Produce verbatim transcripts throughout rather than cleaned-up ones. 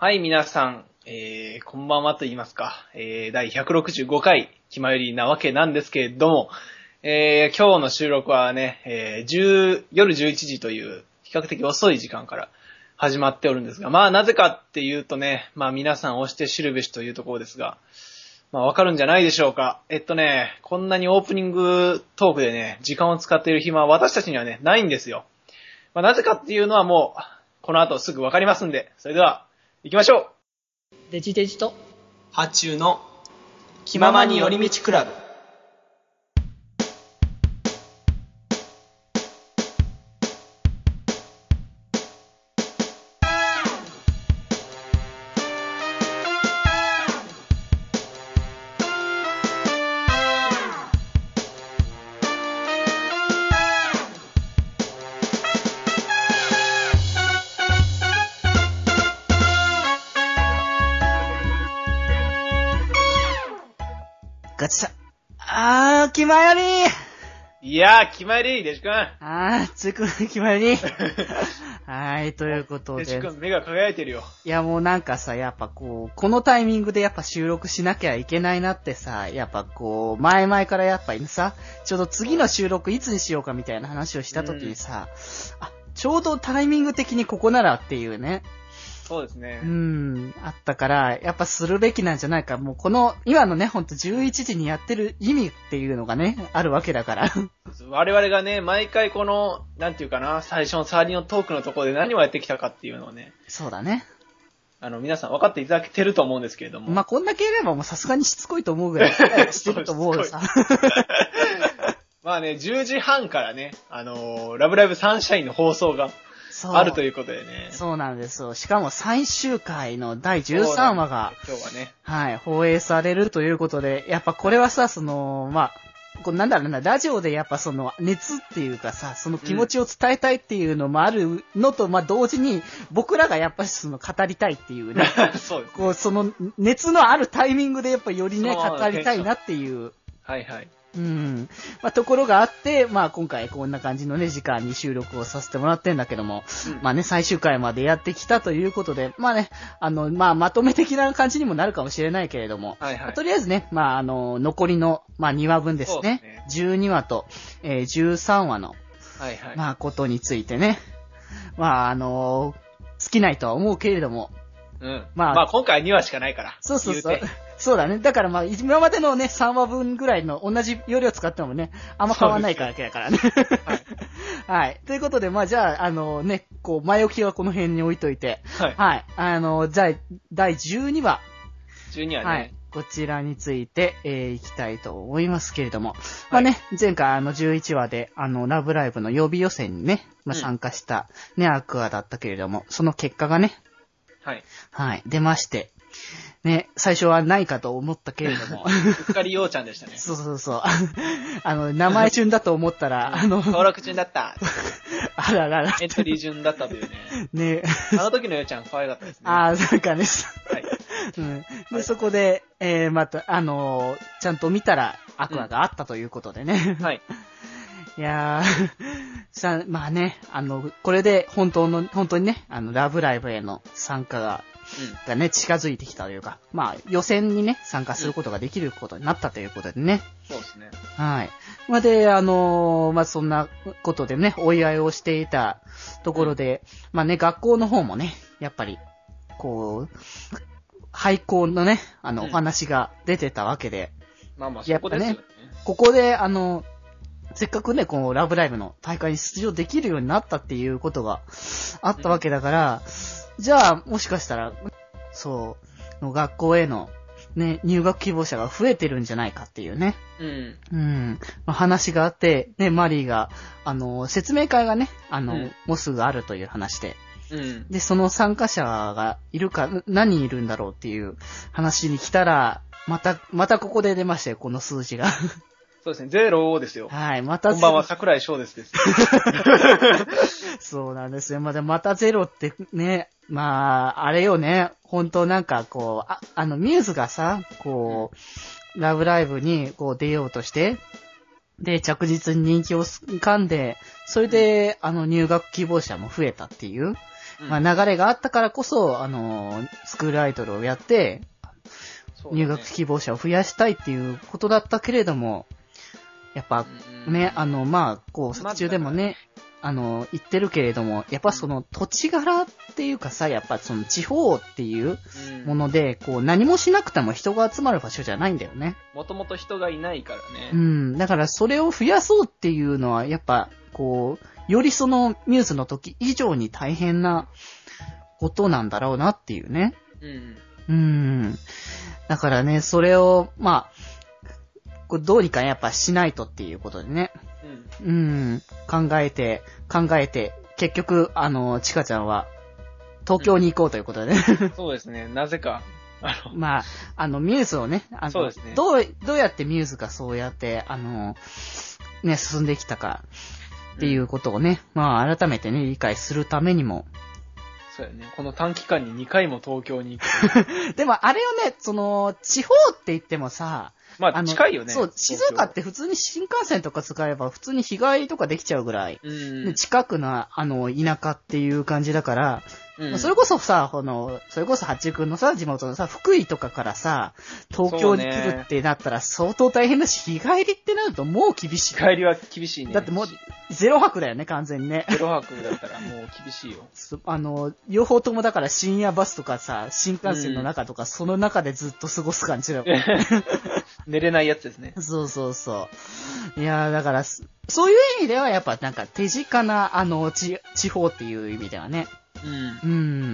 はい、皆さん、えー、こんばんはと言いますか、えー、だいひゃくろくじゅうごかい、気まよりなわけなんですけれども、えー、今日の収録はね、えー、じゅう夜じゅういちじという比較的遅い時間から始まっておるんですが、まあなぜかっていうとね、まあ皆さん押して知るべしというところですが、まあわかるんじゃないでしょうか。えっとね、こんなにオープニングトークでね、時間を使っている暇は私たちにはね、ないんですよ。まあなぜかっていうのはもう、この後すぐわかりますんで、それでは、行きましょう。 デジデジと発注の気ままに寄り道クラブ。 ガチャ。あー、気まよりいやー、気まより、デジ君。 あー、つくん、気まよりはい、ということで。 デジ君、目が輝いてるよ。 いや、もうなんかさ、やっぱこう、このタイミングでやっぱ収録しなきゃいけないなってさ、やっぱこう、前々からやっぱりさ、ちょうど次の収録いつにしようかみたいな話をした時にさ、うん、あ、ちょうどタイミング的にここならっていうね。 そうですね。 うん、あったから、やっぱするべきなんじゃないか。もうこの、今のね、ほんとじゅういちじにやってる意味っていうのがね、あるわけだから。 我々がね、毎回この、なんていうかな、最初の触りのトークのところで何をやってきたかっていうのをね。 そうだね。 あの、皆さん分かっていただけてると思うんですけれども。 まあ、こんだけいればもうさすがにしつこいと思うぐらいしてると思うよさ。 まあね、じゅうじはんからね、あのー、ラブライブサンシャインの放送が、あるということでね。 そうなんですよ。しかも最終回のだいじゅうさんわが、 今日はね。 はい、放映されるということで、やっぱこれはさ、その、まあ、こうなんだろうな、ラジオでやっぱその熱っていうかさ、その気持ちを伝えたいっていうのもあるのと、うん、まあ同時に、僕らがやっぱりその語りたいっていうね。 そうです。 こう、その熱のあるタイミングでやっぱよりね、語りたいなっていう。 はいはい。 うん。まあ、ところがあって、まあ、今回こんな感じのね、時間に収録をさせてもらってんだけども、うん、まあね、最終回までやってきたということで、まあね、あの、まあ、まとめ的な感じにもなるかもしれないけれども、 はいはい。 まあ、とりあえずね、まあ、あの、残りの、まあ、にわぶんですね。ですねじゅうにわと、えー、じゅうさんわの、 はいはい。 まあ、ことについてね、まあ、あの、尽きないとは思うけれども、 うん。まあ、まあ、今回はにわしかないから。 そうそうそう。そうだね。だからまあ、今までのね、さんわぶんぐらいの同じ容量使ってもね、あんま変わらないからからね。はい。はい。ということで、まあじゃあ、あのね、こう、前置きはこの辺に置いといて、はい。はい。あの、じゃあ、だいじゅうにわ。 じゅうにわね。 はい。こちらについて、えー、いきたいと思いますけれども。はい、まあね、前回あのじゅういちわで、あの、ラブライブの予備予選にね、まあ、参加したね、うん、アクアだったけれども、その結果がね、 はい。 はい。出まして。ね、最初はないかと思ったけれども。 うっかりようちゃんでしたね。 そうそうそう。あの、名前順だと思ったら、あの、 登録順だった。 あららら。 エントリー順だったというね。 ねあの時のようちゃん可愛かったですね。 ああ、なんかね。はい。うん。で、 はい、 そこで、えー、また、あのー、ちゃんと見たら、アクアがあったということでね。 うん、はい。 いやー、さ、まあね、あの、これで本当の、本当にね、あの、ラブライブへの参加が、うん、がね、近づいてきたというか、まあ、予選にね、参加することができることになったということでね。 そうですね。 はい。まあ、で、あのー、まあ、そんなことでね、お祝いをしていたところで、うん、まあね、学校の方もね、やっぱり、こう、廃校のね、あの、お話が出てたわけで。 うん、まあまあ、そこですよね。 ここで、あの、せっかくね、このラブライブの大会に出場できるようになったっていうことがあったわけだから、うん、じゃあ、もしかしたら、そう、の学校への、ね、入学希望者が増えてるんじゃないかっていうね。 うん。 うん。まあ、話があって、ね、マリーが、あの、説明会がね、あの、うん、もうすぐあるという話で。うん。で、その参加者がいるか、何人いるんだろうっていう話に来たら、また、またここで出ましたよ、この数字が。 そうですね、ゼロですよ。 はい、またこんばんは、桜井翔ですです。 そうなんですよ。また、またゼロってね、まあ、あれよね、本当なんかこう、あ、あの、ミューズがさ、こう、ラブライブにこう出ようとして、で、着実に人気を掴んで、それで、あの、入学希望者も増えたっていう。 うん、 まあ流れがあったからこそ、あの、スクールアイドルをやって、 そうだね、 入学希望者を増やしたいっていうことだったけれども、やっぱね、あの、まあ、こう、作中でもね、あの、言ってるけれども、やっぱその土地柄っていうかさ、やっぱその地方っていうもので、こう、何もしなくても人が集まる場所じゃないんだよね。 もともと人がいないからね。 うん。だからそれを増やそうっていうのは、やっぱ、こう、よりそのミューズの時以上に大変なことなんだろうなっていうね。 うん。 うん。だからね、それを、まあ、これどうにかやっぱしないとっていうことでね。うん。うん。考えて、考えて、結局、あの、ちかちゃんは、東京に行こうということでね。 うん、そうですね。なぜか。 あの、まあ、あの、ミューズをね、あの、 そうですね。 どう、どうやってミューズがそうやって、あの、ね、進んできたかっていうことをね、うん、まあ、改めてね、理解するためにも。 そうやね。この短期間ににかいも東京に行く。でも、あれをね、その、地方って言ってもさ、 まあ、近いよね。 そう、静岡って普通に新幹線とか使えば普通に日帰りとかできちゃうぐらい、 うん、 近くな、あの、田舎っていう感じだから、うん、それこそさ、この、それこそ八中くんのさ、地元のさ、福井とかからさ、東京に来るってなったら相当大変だし、日帰りってなるともう厳しい。 日帰りは厳しいね。 だってもう、ゼロ泊だよね、完全にね。 ゼロ泊だったらもう厳しいよ。 あの、両方ともだから深夜バスとかさ、新幹線の中とか、うん、その中でずっと過ごす感じだもん。 寝れないやつですね。 そうそうそう。いやー、だから、そういう意味ではやっぱなんか手近な、あの、地、地方っていう意味ではね。 うん。 うん。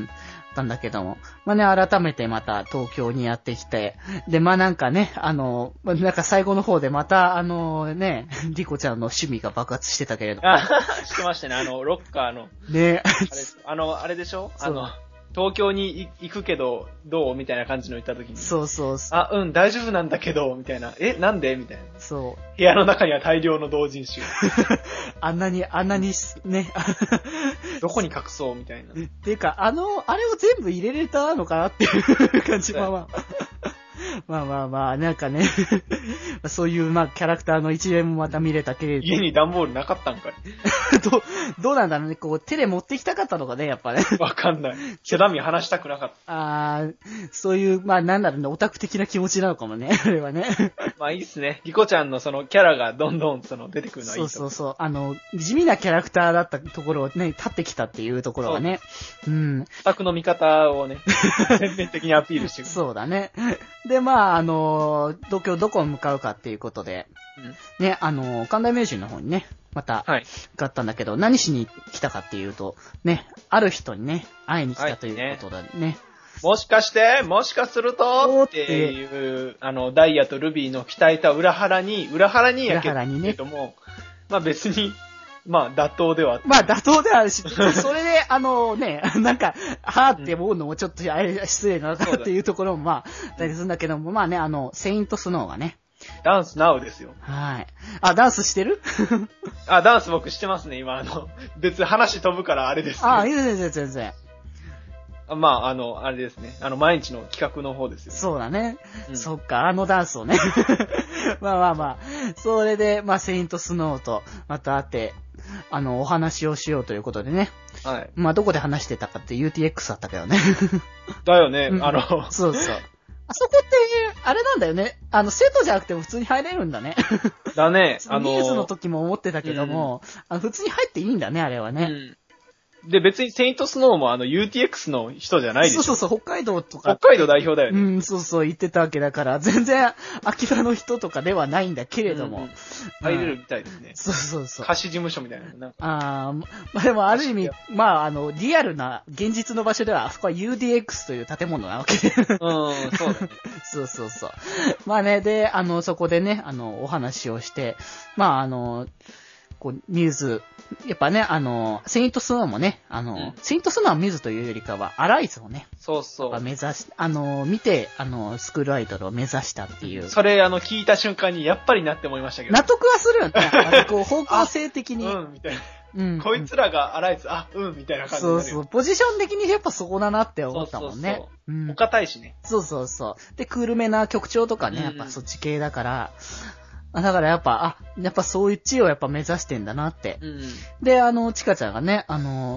なんだけども。まあね、改めてまた東京にやってきて。で、まあなんかね、あの、なんか最後の方でまた、あのね、リコちゃんの趣味が爆発してたけれども。 あ、してましたね。あの、ロッカーの。 ねあれ、あの、あれでしょあの、東京に行くけど、どうみたいな感じの言った時に。 そうそうそう。 あ、うん、大丈夫なんだけど、みたいな。え、なんでみたいな。 そう。 部屋の中には大量の同人誌。 あんなに、あんなに、ね。 どこに隠そうみたいな。 っていうか、あの、あれを全部入れれたのかなっていう感じ。まあまあ。まあまあまあ、なんかね、そういう、まあ、キャラクターの一面もまた見れたけれど。 家に段ボールなかったんかいどう、どうなんだろうね、こう、手で持ってきたかったのかね、やっぱね。 わかんない。手紙話したくなかった。 あー、そういう、まあなんだろうね、オタク的な気持ちなのかもね、あれはね。 まあいいっすね。リコちゃんのそのキャラがどんどんその出てくるのはいいと。 そうそうそう。あの、地味なキャラクターだったところをね、立ってきたっていうところはね。ううん。 オタクの味方をね、全面的にアピールしてくる。 そうだね。で、まあ、あの、東京どこに向かうかっていうことで、うん、ね、あの、神田明神の方にね、また、はい。向かったんだけど、何しに来たかっていうと、ね、ある人にね、会いに来たということだね。ねもしかして、もしかすると、っていう、あの、ダイヤとルビーの鍛えた裏腹に、裏腹にやけども、ね、まあ別に、まあ妥当ではあった。 まあ妥当ではあるし、それで、あのね、なんか、はーって思うのもちょっとあれ失礼なのかっていうところもまあ、大事するんだけども、まあね、あの、セイントスノーがね、 ダンスナウですよ。 はい。あ、ダンスしてるあ、ダンス僕してますね、今。あの、別に話飛ぶからあれですけど。 あ、いいですね、全然。 まあ、あの、あれですね。あの、毎日の企画の方ですよ、ね。 そうだね。うん、そっか、あのダンスをね。まあまあまあ。それで、まあ、セイントスノーと、また会って、あの、お話をしようということでね。 はい。 まあ、どこで話してたかって ユーティーエックス だったけどね。 だよね、あの、 うん。そうそう。あそこって、あれなんだよね。あの、生徒じゃなくても普通に入れるんだね。 だね。 あの、ニュースの時も思ってたけども、うん、あの普通に入っていいんだね、あれはね。 うんで、別にセイントスノーもあの ユーティーエックス の人じゃないでしょ。 そうそうそう、北海道とか。 北海道代表だよね。 うん、そうそう、言ってたわけだから、全然、秋葉の人とかではないんだけれども。うん、 入れるみたいですね。 そうそうそう。 貸し事務所みたいな。なんかああ、まあでもある意味、まああの、リアルな現実の場所では、あそこは ユーディーエックス という建物なわけで。うん、 そうだね。 そうそうそう。まあね、で、あの、そこでね、あの、お話をして、まああの、こう、ミューズ、やっぱね、あの、セイントスノーもね、あの、うん、セイントスノーはミューズというよりかは、アライズをね、 そうそう。 目指し、あの、見て、あの、スクールアイドルを目指したっていう。 それ、あの、聞いた瞬間に、やっぱりなって思いましたけど。 納得はするよね。あのこう、方向性的に。 うん、みたいな。 うん。 こいつらがアライズ、あ、うん、みたいな感じで。 そうそう。ポジション的にやっぱそこだなって思ったもんね。そうそうそう。 うん。お堅いしね。 そうそうそう。で、クールめな曲調とかね、やっぱそっち系だから、だからやっぱ、あ、やっぱそういう地をやっぱ目指してんだなって。うん、で、あの、ちかちゃんがね、あの、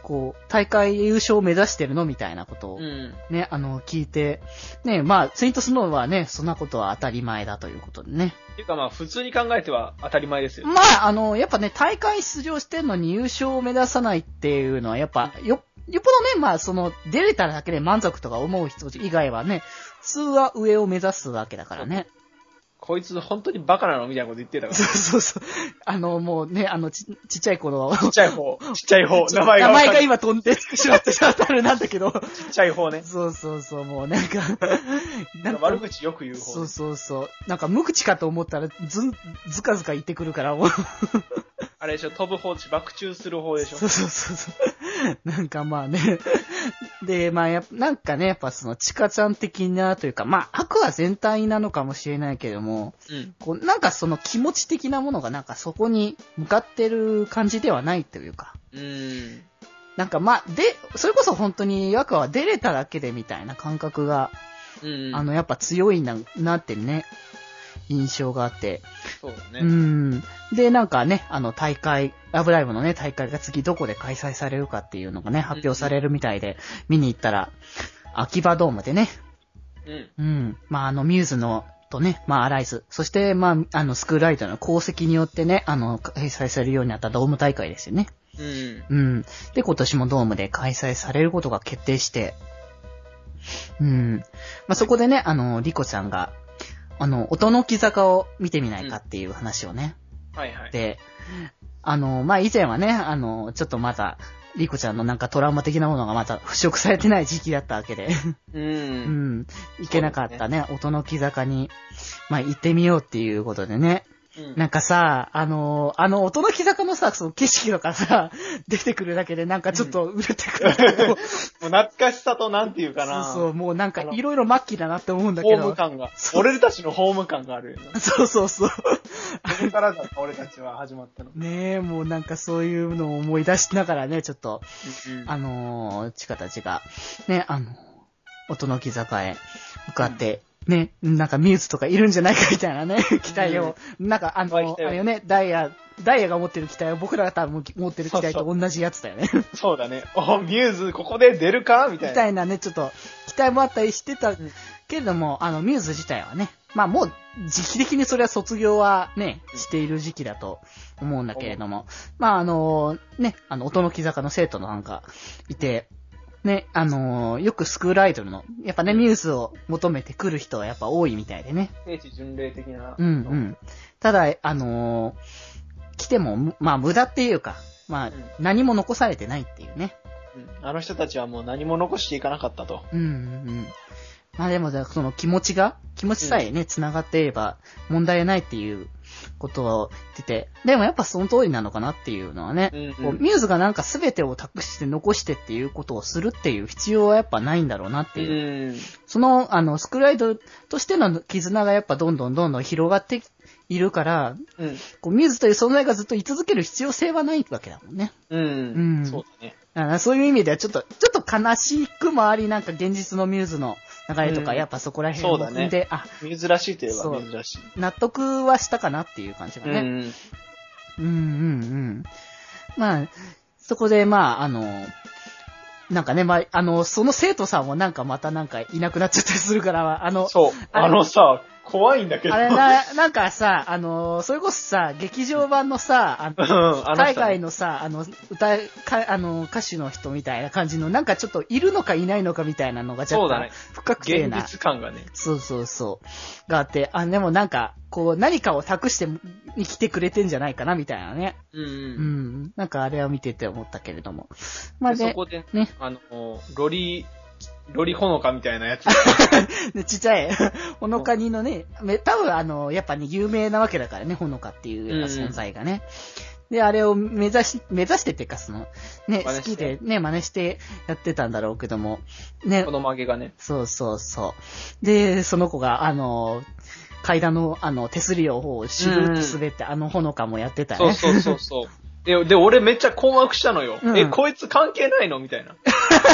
こう、大会優勝を目指してるのみたいなことをうん。 ね、あの、聞いて、ね、まあ、ツイートするのはね、そんなことは当たり前だということでね。 っていうかまあ、普通に考えては当たり前ですよ。 まあ、あの、やっぱね、大会出場してんのに優勝を目指さないっていうのは、やっぱ、よ、よっぽどね、まあ、その、出れただけで満足とか思う人以外はね、普通は上を目指すわけだからね。 こいつ本当にバカなのみたいなこと言ってたから。 そうそうそう。あの、もうね、あの、ち、ちっちゃい子の、 ちっちゃい方、ちっちゃい方、 ちょ名前が名わかんない。 前が今飛んでしまってしまったあれなんだけど。 ちっちゃい方ね。 そうそうそう、もうなんか、なんか悪口よく言う方、ね。 そうそうそう。なんか無口かと思ったら、ずん、ずかずか言ってくるから、もう。 あれでしょ、飛ぶ方、爆中する方でしょ。 そうそうそうそう。なんかまあね。で、まあやっぱ、なんかね、やっぱその、チカちゃん的なというか、まあ、悪は全体なのかもしれないけども、 うん。 こう、なんかその気持ち的なものがなんかそこに向かってる感じではないというか。 うーん。 なんかまあ、で、それこそ本当に悪は出れただけでみたいな感覚が、 うん。 あの、やっぱ強いな、なってね、印象があって。 そうだね。 うん。で、なんかね、あの大会、ラブライブのね、大会が次どこで開催されるかっていうのがね、発表されるみたいで、見に行ったら、秋葉ドームでね、 うん。 うん。まあ、あの、ミューズの、とね、まあ、アライズ、そして、まあ、あの、スクールアイドルの功績によってね、あの、開催されるようになったドーム大会ですよね。 うん。 うん。で、今年もドームで開催されることが決定して、うん。まあ、そこでね、あの、リコちゃんが、あの、音の木坂を見てみないかっていう話をね。 はいはい。 で、あの、まあ、以前はね、あの、ちょっとまだ、リコちゃんのなんかトラウマ的なものがまだ払拭されてない時期だったわけで、 う。 うんん。行けなかったね、音の木坂に、まあ、行ってみようっていうことでね。 うん。 なんかさ、あのー、あの、音の木坂のさ、その景色とかさ、出てくるだけでなんかちょっとうるってくるけど、 もう懐かしさとなんていうかな。 そうそう、もうなんかいろいろ末期だなって思うんだホームけど。 感が。 そう俺たちのホーム感があるよな。 そうそうそう。 ここからだった俺たちは始まったの。 ねえ、もうなんかそういうのを思い出しながらね、ちょっと、 うん。 あのー、チカたちが、ね、あの、音の木坂へ向かって、ね、なんかミューズとかいるんじゃないかみたいなね、期待を、なんかあの、 はい期待をあれよね、ダイヤ、ダイヤが持ってる期待は僕らが多分持ってる期待と同じやつだよね。 そうだね。お、ミューズ、ここで出るかみたいな。 みたいなね、ちょっと、期待もあったりしてたんけれども、あの、ミューズ自体はね、まあもう、時期的にそれは卒業はね、している時期だと思うんだけれども、まああの、ね、あの、音の木坂の生徒のなんかいて、ね、あのー、よくスクールアイドルの、やっぱね、ミューズを求めてくる人はやっぱ多いみたいでね。 聖地巡礼的な。 うんうん。ただ、あのー、来ても、むまあ無駄っていうか、まあ、 うん何も残されてないっていうね。 うん。あの人たちはもう何も残していかなかったと。 うんうんうん。まあでも、その気持ちが、気持ちさえね、繋がっていれば問題ないっていうことを言ってて、でもやっぱその通りなのかなっていうのはね、 うんうんこうミューズがなんか全てを託して残してっていうことをするっていう必要はやっぱないんだろうなっていう。 うん。 その、あの、スクールアイドルとしての絆がやっぱどんどんどんどん広がっているから、 うん。 こうミューズという存在がずっと居続ける必要性はないわけだもんね。 うん。 うんそうだね。 だからそういう意味ではちょっと、ちょっと悲しくもあり、なんか現実のミューズの流れとか、 うんやっぱそこら辺をそうだね踏んで、あ、 珍しいといえばそう珍しい。 納得はしたかなっていう感じがね。 うん。 うん、うん、うん。まあ、そこで、まあ、あの、なんかね、まあ、あの、その生徒さんもなんかまたなんかいなくなっちゃったりするから、あの、 そう。 あれあのさ、怖いんだけど。 あれな、なんかさ、あの、それこそさ、劇場版のさ、あうん、 の、 あの海さ外のさ、あの、歌い、か、あの、歌手の人みたいな感じの、なんかちょっといるのかいないのかみたいなのが若干そうだね不確定な。 現実感がね。 そうそうそう。があって、あ、でもなんか、こう、何かを託してに来てくれてんじゃないかなみたいなね。 うん。 ううんん。なんかあれは見てて思ったけれども。まあでそで、 こで、 ね。 あの、ロリ、ロリほのかみたいなやつ。 ねちっちゃい、ほのかにのね、め多分あの、やっぱね、有名なわけだからね、ほのかっていうやっぱ存在がね。で、あれを目指し、目指してっていうか、その、ね、好真似してきでね、真似してやってたんだろうけども、ねこ、の曲げがね。 そうそうそう。で、その子が、あの、階段の、あの、手すりをシュルッと滑って、あの、ほのかもやってたね。 そうそうそうそう。で、で、俺めっちゃ困惑したのよ。 うんえ、こいつ関係ないのみたいな。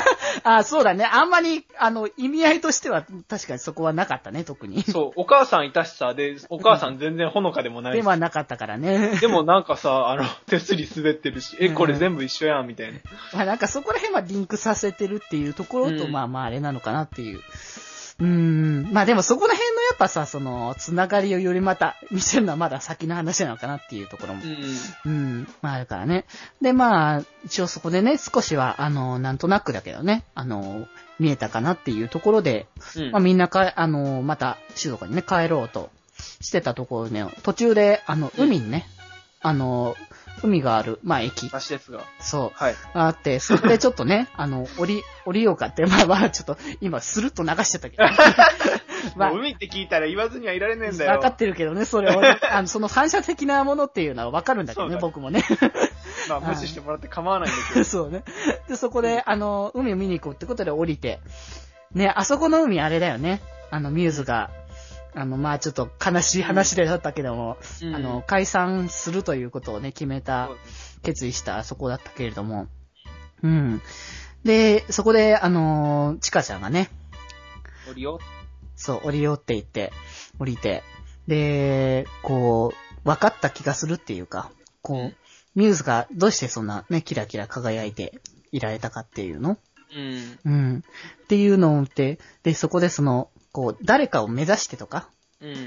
あ、そうだね。あんまり、あの、意味合いとしては、確かにそこはなかったね、特に。 そう、お母さんいたしさ、で、お母さん全然ほのかでもないし。 ではなかったからね。 でもなんかさ、あの、手すり滑ってるし、え、これ全部一緒やん、みたいな。 まあなんかそこら辺はリンクさせてるっていうところと、 うん、 まあまああれなのかなっていう。うーん。まあでもそこら辺のやっぱさ、その、つながりをよりまた見せるのはまだ先の話なのかなっていうところも。 うん。 うん。まああるからね。でまあ、一応そこでね、少しは、あの、なんとなくだけどね、あの、見えたかなっていうところで、 うん、 まあみんなか、あの、また、静岡にね、帰ろうとしてたところね、途中で、あの、海にね、うん、あの、海がある、まあ駅。 橋ですが。 そう。 はい。 あって、そこでちょっとね、あの、降り、降りようかって、まあまあ、ちょっと、今、スルッと流しちゃったけど。 まあ、もう海って聞いたら言わずにはいられねえんだよ。 分かってるけどね、それを、ね、あの、その反射的なものっていうのは分かるんだけどね、僕もね。 まあ、無視してもらって構わないんだけど。 そうね。で、そこで、あの、海を見に行こうってことで降りて、ね、あそこの海あれだよね。あの、ミューズが、あの、まあちょっと悲しい話でだったけども、うん、あの、解散するということをね、決めた、決意したそこだったけれども、うん。で、そこで、あの、ちかちゃんがね、 降りよう。 そう、降りようって言って、降りて、で、こう、分かった気がするっていうか、こう、うん、ミューズがどうしてそんなね、キラキラ輝いていられたかっていうの、 うん。 うん。っていうのって、で、そこでその、こう、誰かを目指してとか、 うん。 うん、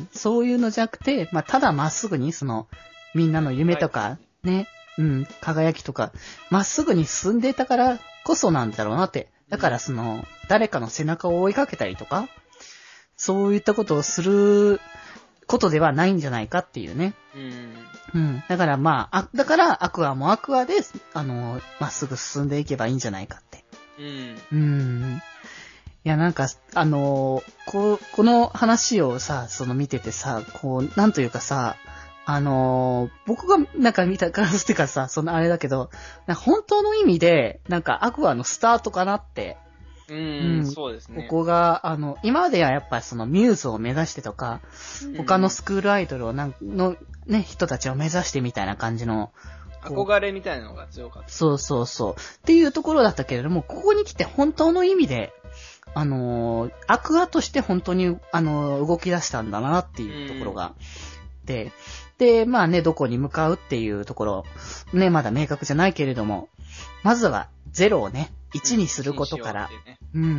そういうのじゃなくて、まあ、ただまっすぐに、その、みんなの夢とか、はい、ね、うん、輝きとか、まっすぐに進んでいたからこそなんだろうなって。だからその、誰かの背中を追いかけたりとか、そういったことをすることではないんじゃないかっていうね。 うん。 うん。だからまあ、あだからアクアもアクアで、あの、まっすぐ進んでいけばいいんじゃないかって。 うん。 うん。いや、なんか、あのー、こ、この話をさ、その見ててさ、こう、なんというかさ、あのー、僕がなんか見た感じっていうかさ、そのあれだけど、なんか本当の意味で、なんかアクアのスタートかなって。 うーん、うん、そうですね。 ここが、あの、今まではやっぱそのミューズを目指してとか、うん、他のスクールアイドルをなんの、ね、人たちを目指してみたいな感じの、 憧れみたいなのが強かった。 そうそうそう。っていうところだったけれども、ここに来て本当の意味で、あのー、アクアとして本当に、あのー、動き出したんだなっていうところが、で、で、まあね、どこに向かうっていうところ、ね、まだ明確じゃないけれども、まずはゼロをね、いちにすることから、うん、ね、うんうん。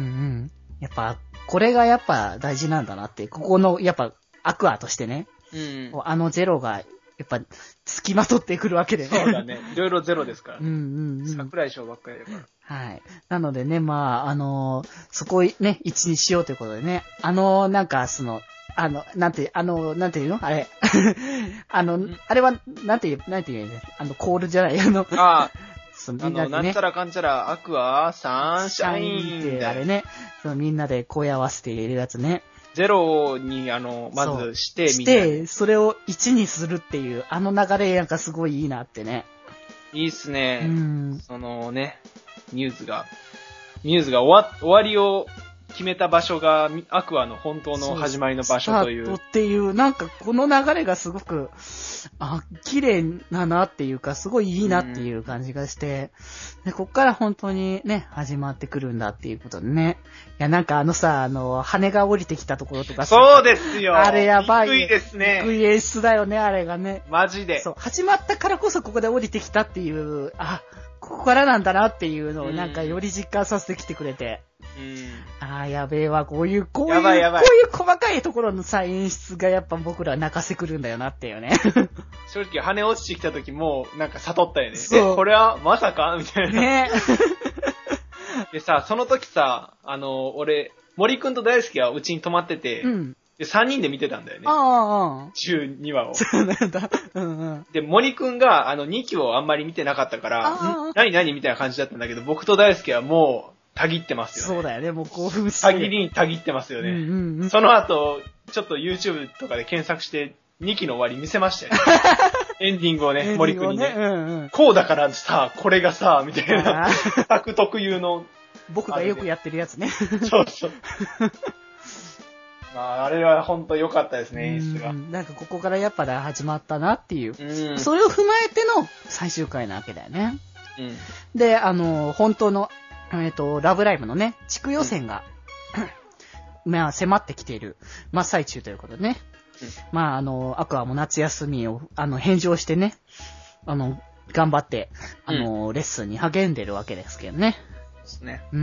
やっぱ、これがやっぱ大事なんだなって、ここの、やっぱ、アクアとしてね、うん、あのゼロが、やっぱ、付きまとってくるわけでね。 そうだね。いろいろゼロですからね。 うんうんうん。 桜井翔ばっかりだから。 はい。なのでね、まあ、あのー、そこをね、一にしようということでね、あのー、なんか、その、あの、なんて、あの、なんていうのあれ。あの、あれは、なんていう、なんていうね、あの、コールじゃない、あの、 ああ。 そのみんなで、ね、あの、なんちゃらかんちゃら、アクア、サンシャインって、あれね、そのみんなで声合わせて入れるやつね。 ゼロに、あの、まずして、 みんなで。して、それをいちにするっていう、あの流れなんかすごいいいなってね。 いいっすね。 うん。 そのね、ミューズが、ミューズが終わ、終わりを決めた場所が、アクアの本当の始まりの場所という。 スタートっていう、なんかこの流れがすごく、あ、綺麗だなっていうか、すごいいいなっていう感じがして、で、こっから本当にね、始まってくるんだっていうことでね。いや、なんかあのさ、あの、羽が降りてきたところとかさ。 そうですよ。 あれやばい、 ね。低いですね。 低い演出だよね、あれがね。 マジで。 そう、始まったからこそここで降りてきたっていう、あ、ここからなんだなっていうのをなんかより実感させてきてくれて。うん、ああ、やべえわ、こういう、こういう、 やばいやばいこういう細かいところのさ、演出がやっぱ僕ら泣かせくるんだよなっていうね。 正直、羽落ちてきた時も、なんか悟ったよね。そう。え、これはまさかみたいな。ねでさ、その時さ、あの、俺、森くんと大輔はうちに泊まってて、うん、で、さんにんで見てたんだよね。 ああ、ああ。 じゅうにわを。 そうなんだ。うんうん。 で、森くんが、あの、にきをあんまり見てなかったから、ん何何みたいな感じだったんだけど、僕と大輔はもう、たぎってますよね。 そうだよね、もう興奮して。 たぎりにたぎってますよね。うんうんうん、その後、ちょっと YouTube とかで検索して、にきの終わり見せましたよね。エンディングをね、森くんにね、うんうん。こうだからさ、これがさ、みたいな、タク特有の。 僕がよくやってるやつね。 そうそう。まあ、あれは本当良かったですね、演出が。 なんかここからやっぱり始まったなっていう。うん、それを踏まえての最終回なわけだよね。うん、で、あの、本当のえっと、ラブライブのね、地区予選が、うん、まあ、迫ってきている真っ最中ということでね。うん、まあ、あの、アクアも夏休みを、あの、返上してね、あの、頑張って、あの、うん、レッスンに励んでるわけですけどね。 そうですね。 うん。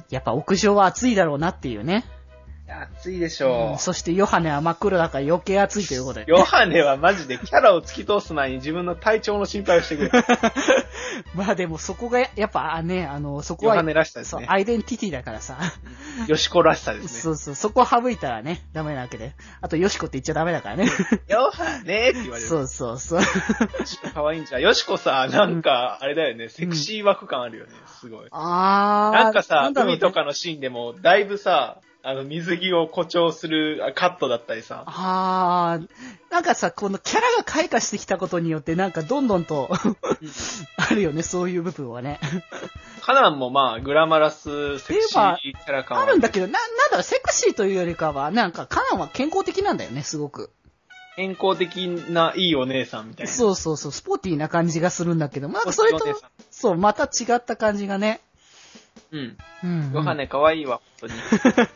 やっぱ屋上は暑いだろうなっていうね。 暑いでしょう、 うん。そしてヨハネは真っ黒だから余計暑いということで、ね。 ヨハネはマジでキャラを突き通す前に自分の体調の心配をしてくれる。 まあでもそこがやっぱね、あの、そこは。 ヨハネらしさですね。 そう、アイデンティティだからさ。 ヨシコらしさですね。 そうそう、そこを省いたらね、ダメなわけで。あとヨシコって言っちゃダメだからね。 ヨハネって言われる。 そうそうそう。 かわいいんじゃん。ヨシコさ、なんか、あれだよね、セクシー枠感あるよね、すごい。 あー。 なんかさ、ね、海とかのシーンでも、だいぶさ、あの、水着を誇張するカットだったりさ。 あー、なんかさ、このキャラが開花してきたことによって、なんかどんどんと、あるよね、そういう部分はね。 カナンもまあ、グラマラス、セクシーキャラ感はあるんだけど、な、なんだろう、セクシーというよりかは、なんかカナンは健康的なんだよね、すごく。 健康的ないいお姉さんみたいな。 そうそうそう、スポーティーな感じがするんだけど、なんかそれと、そう、また違った感じがね。 うん。 うん、うん。 ヨハネ可愛いわ、本当に。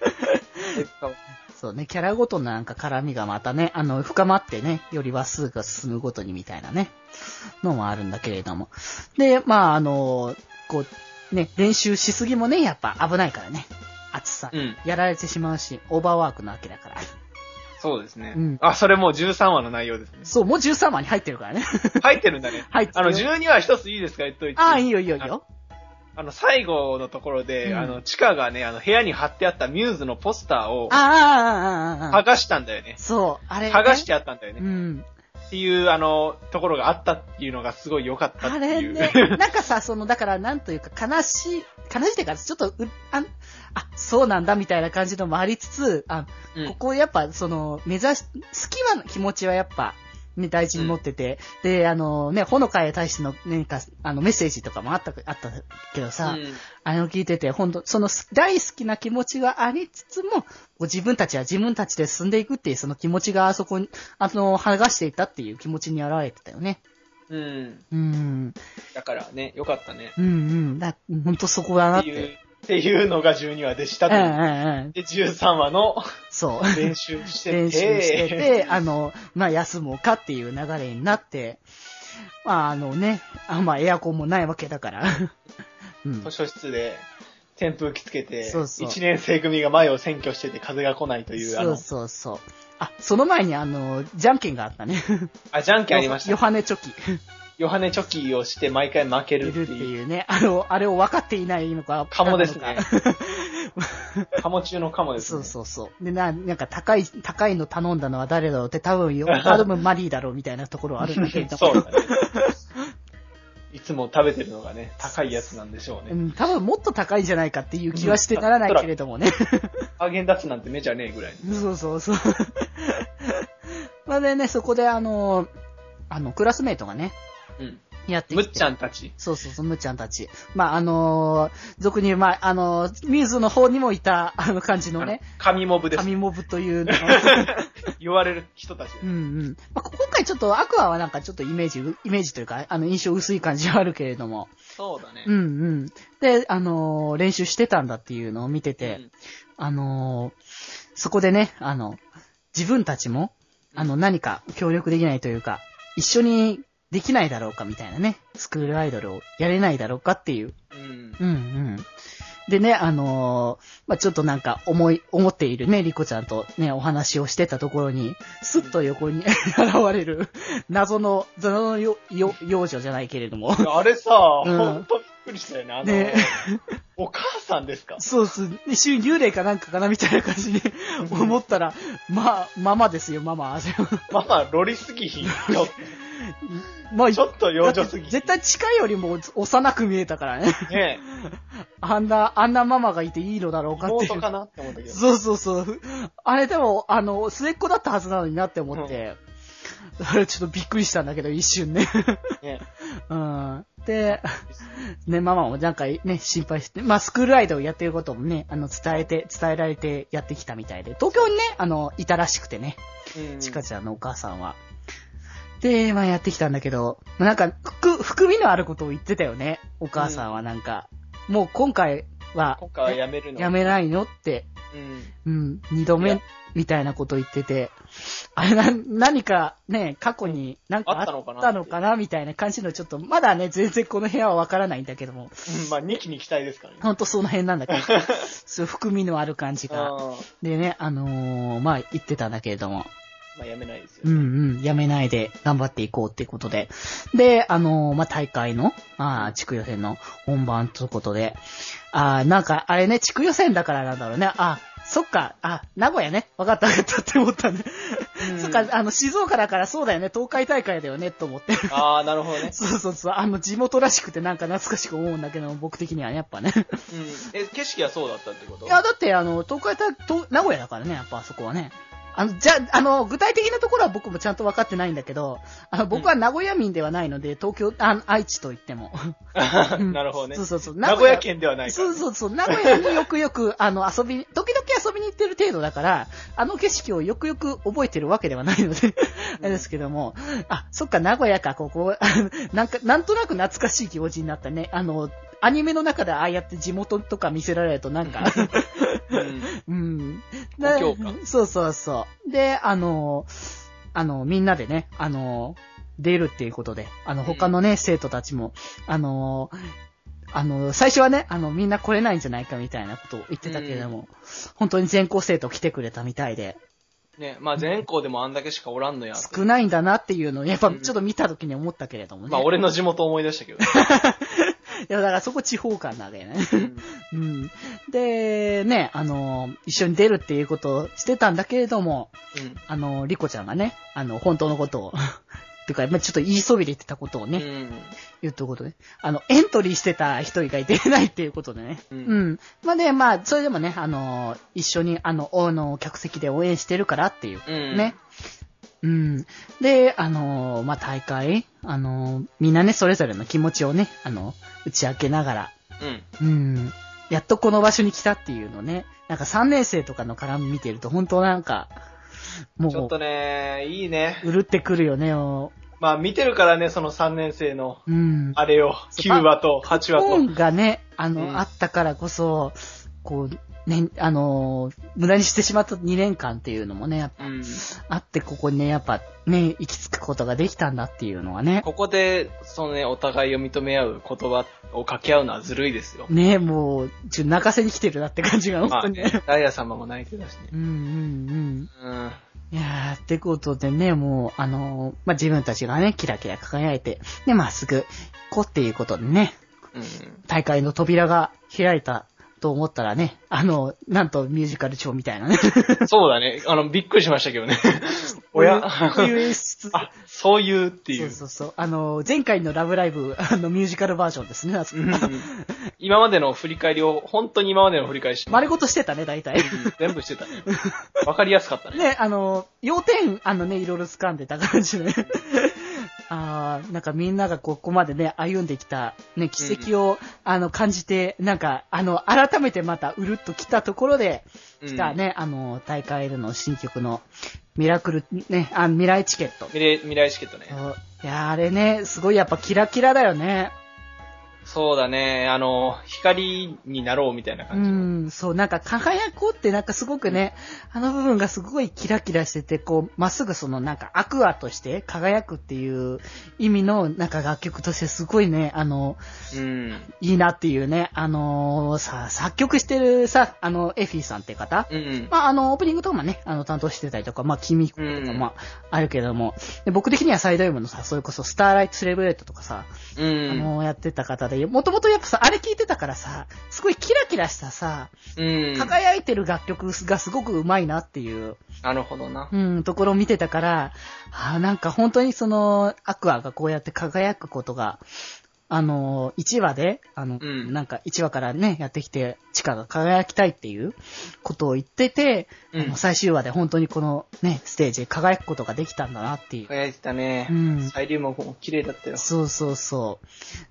そうね、キャラごとのなんか絡みがまたね、あの、深まってね、より話数が進むごとにみたいなね、のもあるんだけれども。で、まあ、あの、こう、ね、練習しすぎもね、やっぱ危ないからね。暑さ。うん。やられてしまうし、オーバーワークなわけだから。 そうですね。うん。あ、それもうじゅうさんわの内容ですね。 そう、もうじゅうさんわに入ってるからね。 入ってるんだね。 入ってる。 あの、じゅうにわ一ついいですか言っといて。 ああ、いいよいいよいいよ。 あの、最後のところで、うん、あの、チカがね、あの、部屋に貼ってあったミューズのポスターを、 ああ、 剥がしたんだよね。 そう、あれ、ね。 剥がしてあったんだよね。 うん。 っていう、あの、ところがあったっていうのがすごい良かったっていう。 あれね、なんかさ、その、だから、なんというか、悲しい、悲しいっていうか、ちょっと、う、あ、あ、そうなんだみたいな感じのもありつつ、あ、うん、ここやっぱ、その、目指し、好きな気持ちはやっぱ、ね、大事に持ってて、うん、で、あのね、ほのかへ対しての何か、あの、メッセージとかもあった、あったけどさ、うん、あの、聞いてて、ほんと、その、大好きな気持ちがありつつも、自分たちは自分たちで進んでいくっていう、その気持ちがあそこに、あの、剥がしていたっていう気持ちに現れてたよね。 うん。 うん。 だからね、よかったね。 うんうん。だ、ほんとそこだなって。 っていう、っていうのがじゅうにわでしたと。 うんうんうん。 で、じゅうさんわの、 そう。 練習してて。 練習してて、あの、まあ、休もうかっていう流れになって、まあ、あのね、あまあ、エアコンもないわけだから。 うん。図書室で扇風機つけて、 そうそう。 いちねん生組が前を占拠してて風が来ないという、 そうそうそう。あ、その前にあの、じゃんけんがあったね。 あ、じゃんけんありました。 ヨハネチョキ。 ヨハネチョキをして毎回負けるっていう。 っていうね。あの、あれを分かっていないのか。 カモですね。カモ中のカモですね。 そうそうそう。で、な、なんか高い、高いの頼んだのは誰だろうって多分よ、多分マリーだろうみたいなところはあるんだけど。 そうだね。いつも食べてるのがね、高いやつなんでしょうね。 うん、多分もっと高いんじゃないかっていう気はしてならないけれどもね。 ハーゲンダッツなんて目じゃねえぐらい。 そうそうそう。まあでね、そこであの、あの、クラスメイトがね、 うん。 やってきて。 むっちゃんたち。 そうそうそう、むっちゃんたち。まあ、あのー、俗に言う、まあ、あのー、ミューズの方にもいた、あの感じのね。 神モブです。 神モブというの。 言われる人たち。 うんうん。まあ、今回ちょっと、アクアはなんかちょっとイメージ、イメージというか、あの、印象薄い感じはあるけれども。 そうだね。 うんうん。で、あのー、練習してたんだっていうのを見てて、うん、あのー、そこでね、あの、自分たちも、あの、何か協力できないというか、一緒にできないだろうかみたいなね、スクールアイドルをやれないだろうかっていう。 うん。 うんうん。でね、あのー、まあ、ちょっとなんか思い、思っているね、リコちゃんとね、お話をしてたところに、スッと横に現れる、謎の、謎のよ、よ、幼女じゃないけれども。 あれさ、うん、ほんとびっくりしたよね、あの、ね、お母さんですか？ そうそう、一瞬幽霊かなんかかなみたいな感じに思ったら、まあ、ママですよ、ママ。 ママ、ロリすぎひん。 まあ、 ちょっと幼女すぎ。 絶対近いよりも幼く見えたからね。 ねえ。 あんな、あんなママがいていいのだろうかって。 妹かなって思ったけど。 そうそうそう。あれでも、あの、末っ子だったはずなのになって思って。うん、あれちょっとびっくりしたんだけど、一瞬ね。 ねうん。で、ね、ママもなんかね、心配して、まあ、スクールアイドルをやってることもね、あの、伝えて、伝えられてやってきたみたいで、東京にね、あの、いたらしくてね。うん。ちかちゃんのお母さんは。で、まあやってきたんだけど、なんか、含みのあることを言ってたよね。お母さんはなんか、うん、もう今回、 は、 今回はやめるのやめないのって、 うん。 うん、二度目みたいなこと言ってて、あれな、何かね、過去になんかあったのかなみたいな感じのちょっと、まだね、全然この部屋はわからないんだけども。 うん、まあ、にきに期待ですからね。 ほんとその辺なんだけど、そう、含みのある感じが。でね、あのー、まあ、言ってたんだけれども。 まあ、やめないですよ、 ね。うんうん、やめないで頑張っていこうっていうことで。で、あのー、まあ、大会の、あ地区予選の本番ということで、あなんか、あれね、地区予選だからなんだろうね。あそっか、あ、名古屋ね。わかったわかったって思ったね。うん、そっか、あの、静岡だからそうだよね。東海大会だよね、と思って。 ああ、なるほどね。 そうそうそう。あの、地元らしくてなんか懐かしく思うんだけど、僕的にはね、やっぱね。うん。 え、景色はそうだったってこと？ いや、だって、あの、東海大、東名古屋だからね、やっぱあそこはね。あの、じゃ、あの、具体的なところは僕もちゃんと分かってないんだけど、あの、僕は名古屋民ではないので、東京、あ愛知と言っても。 なるほどね。 そうそうそう。 名古屋県ではないから、 ね。そうそうそう。名古屋によくよく、あの、遊びに、時々遊びに行ってる程度だから、あの景色をよくよく覚えてるわけではないので、あれですけども、あ、そっか、名古屋か、ここ、なんか、なんとなく懐かしい気持ちになったね。あの、アニメの中でああやって地元とか見せられるとなんか、うん。うん。そうそうそう。で、あの、あの、みんなでね、あの、出るっていうことで、あの、他のね、うん、生徒たちも、あの、あの、最初はね、あの、みんな来れないんじゃないかみたいなことを言ってたけれども、うん、本当に全校生徒来てくれたみたいで。 ね、まあ全校でもあんだけしかおらんのや。 少ないんだなっていうのを、やっぱちょっと見た時に思ったけれどもね。 まあ俺の地元思い出したけど、ね。 いや、だからそこ地方感なんだよね。うん。うん。で、ね、あの、一緒に出るっていうことをしてたんだけれども、うん、あの、リコちゃんがね、あの、本当のことを、っていうか、まあ、ちょっと言いそびれてたことをね、うん、言うということで、あの、エントリーしてた人以外出れないっていうことでね。うん。うん、まあね、まあ、それでもね、あの、一緒に、あの、あの、客席で応援してるからっていう、ね。うん。で、あのー、まあ、大会、あのー、みんなね、それぞれの気持ちをね、あの、打ち明けながら、うん。うん。やっとこの場所に来たっていうのね、なんかさんねん生とかの絡み見てると、本当なんか、 もう、ちょっとね、いいね。 うるってくるよね、 まあ、見てるからね、そのさんねん生の、うん。あれを、きゅうわとはちわと。 本がね、あの、うん、あったからこそ、こう、ね、あのー、無駄にしてしまったにねんかんっていうのもね、やっぱ、うん、あって、ここにね、やっぱ、ね、行き着くことができたんだっていうのはね。 ここで、そのね、お互いを認め合う言葉を掛け合うのはずるいですよ。 ね、もう、ちょ、泣かせに来てるなって感じが、本当にね。 まあ、ダイヤ様も泣いてたしね。 うんうんうん。うん。いやー、ってことでね、もう、あのー、まあ、自分たちがね、キラキラ輝いて、で、まっすぐ、こうっていうことでね、うん、大会の扉が開いた、と思ったらね、あの、なんとミュージカル調みたいなね。 そうだね。あの、びっくりしましたけどね。おやこういう演出。 あ、そういうっていう。 そうそうそう。あの、前回のラブライブ、あの、ミュージカルバージョンですね。うん、 今までの振り返りを、本当に今までの振り返りして。 丸ごとしてたね、大体。 全部してたね。わかりやすかったね。 ね、あの、要点、あのね、いろいろ掴んでた感じで、ね。ああ、なんかみんながここまでね、歩んできた、ね、奇跡を、うん、あの、感じて、なんか、あの、改めてまた、うるっと来たところで、来たね、うん、あの、大会での新曲の、ミラクル、ね、あ、未来チケット。 未来、未来チケットね。 いや、あれね、すごいやっぱキラキラだよね。 そうだね。あの、光になろうみたいな感じ。 うん、そう、なんか輝こうってなんかすごくね、うん、あの部分がすごいキラキラしてて、こう、まっすぐそのなんかアクアとして輝くっていう意味のなんか楽曲としてすごいね、あの、うん、いいなっていうね、あのー、さ、作曲してるさ、あの、エフィーさんって方、うん、まあ、あの、オープニングとかもね、あの、担当してたりとか、まあ、君とか、まあ、あるけども、で僕的にはサイド M のさ、それこそスターライトセレブレートとかさ、うん、あのー、やってた方で、もともとやっぱさ、あれ聞いてたからさ、すごいキラキラしたさ、うん、輝いてる楽曲がすごく上手いなっていう。 なるほどな。 うん、ところを見てたから、あなんか本当にその、アクアがこうやって輝くことが、あの、いちわで、あの、うん、なんかいちわからね、やってきて、チカが輝きたいっていうことを言ってて、うん、あの最終話で本当にこのね、ステージで輝くことができたんだなっていう。 輝いてたね。うん。サイリウムも綺麗だったよ。 そうそうそう。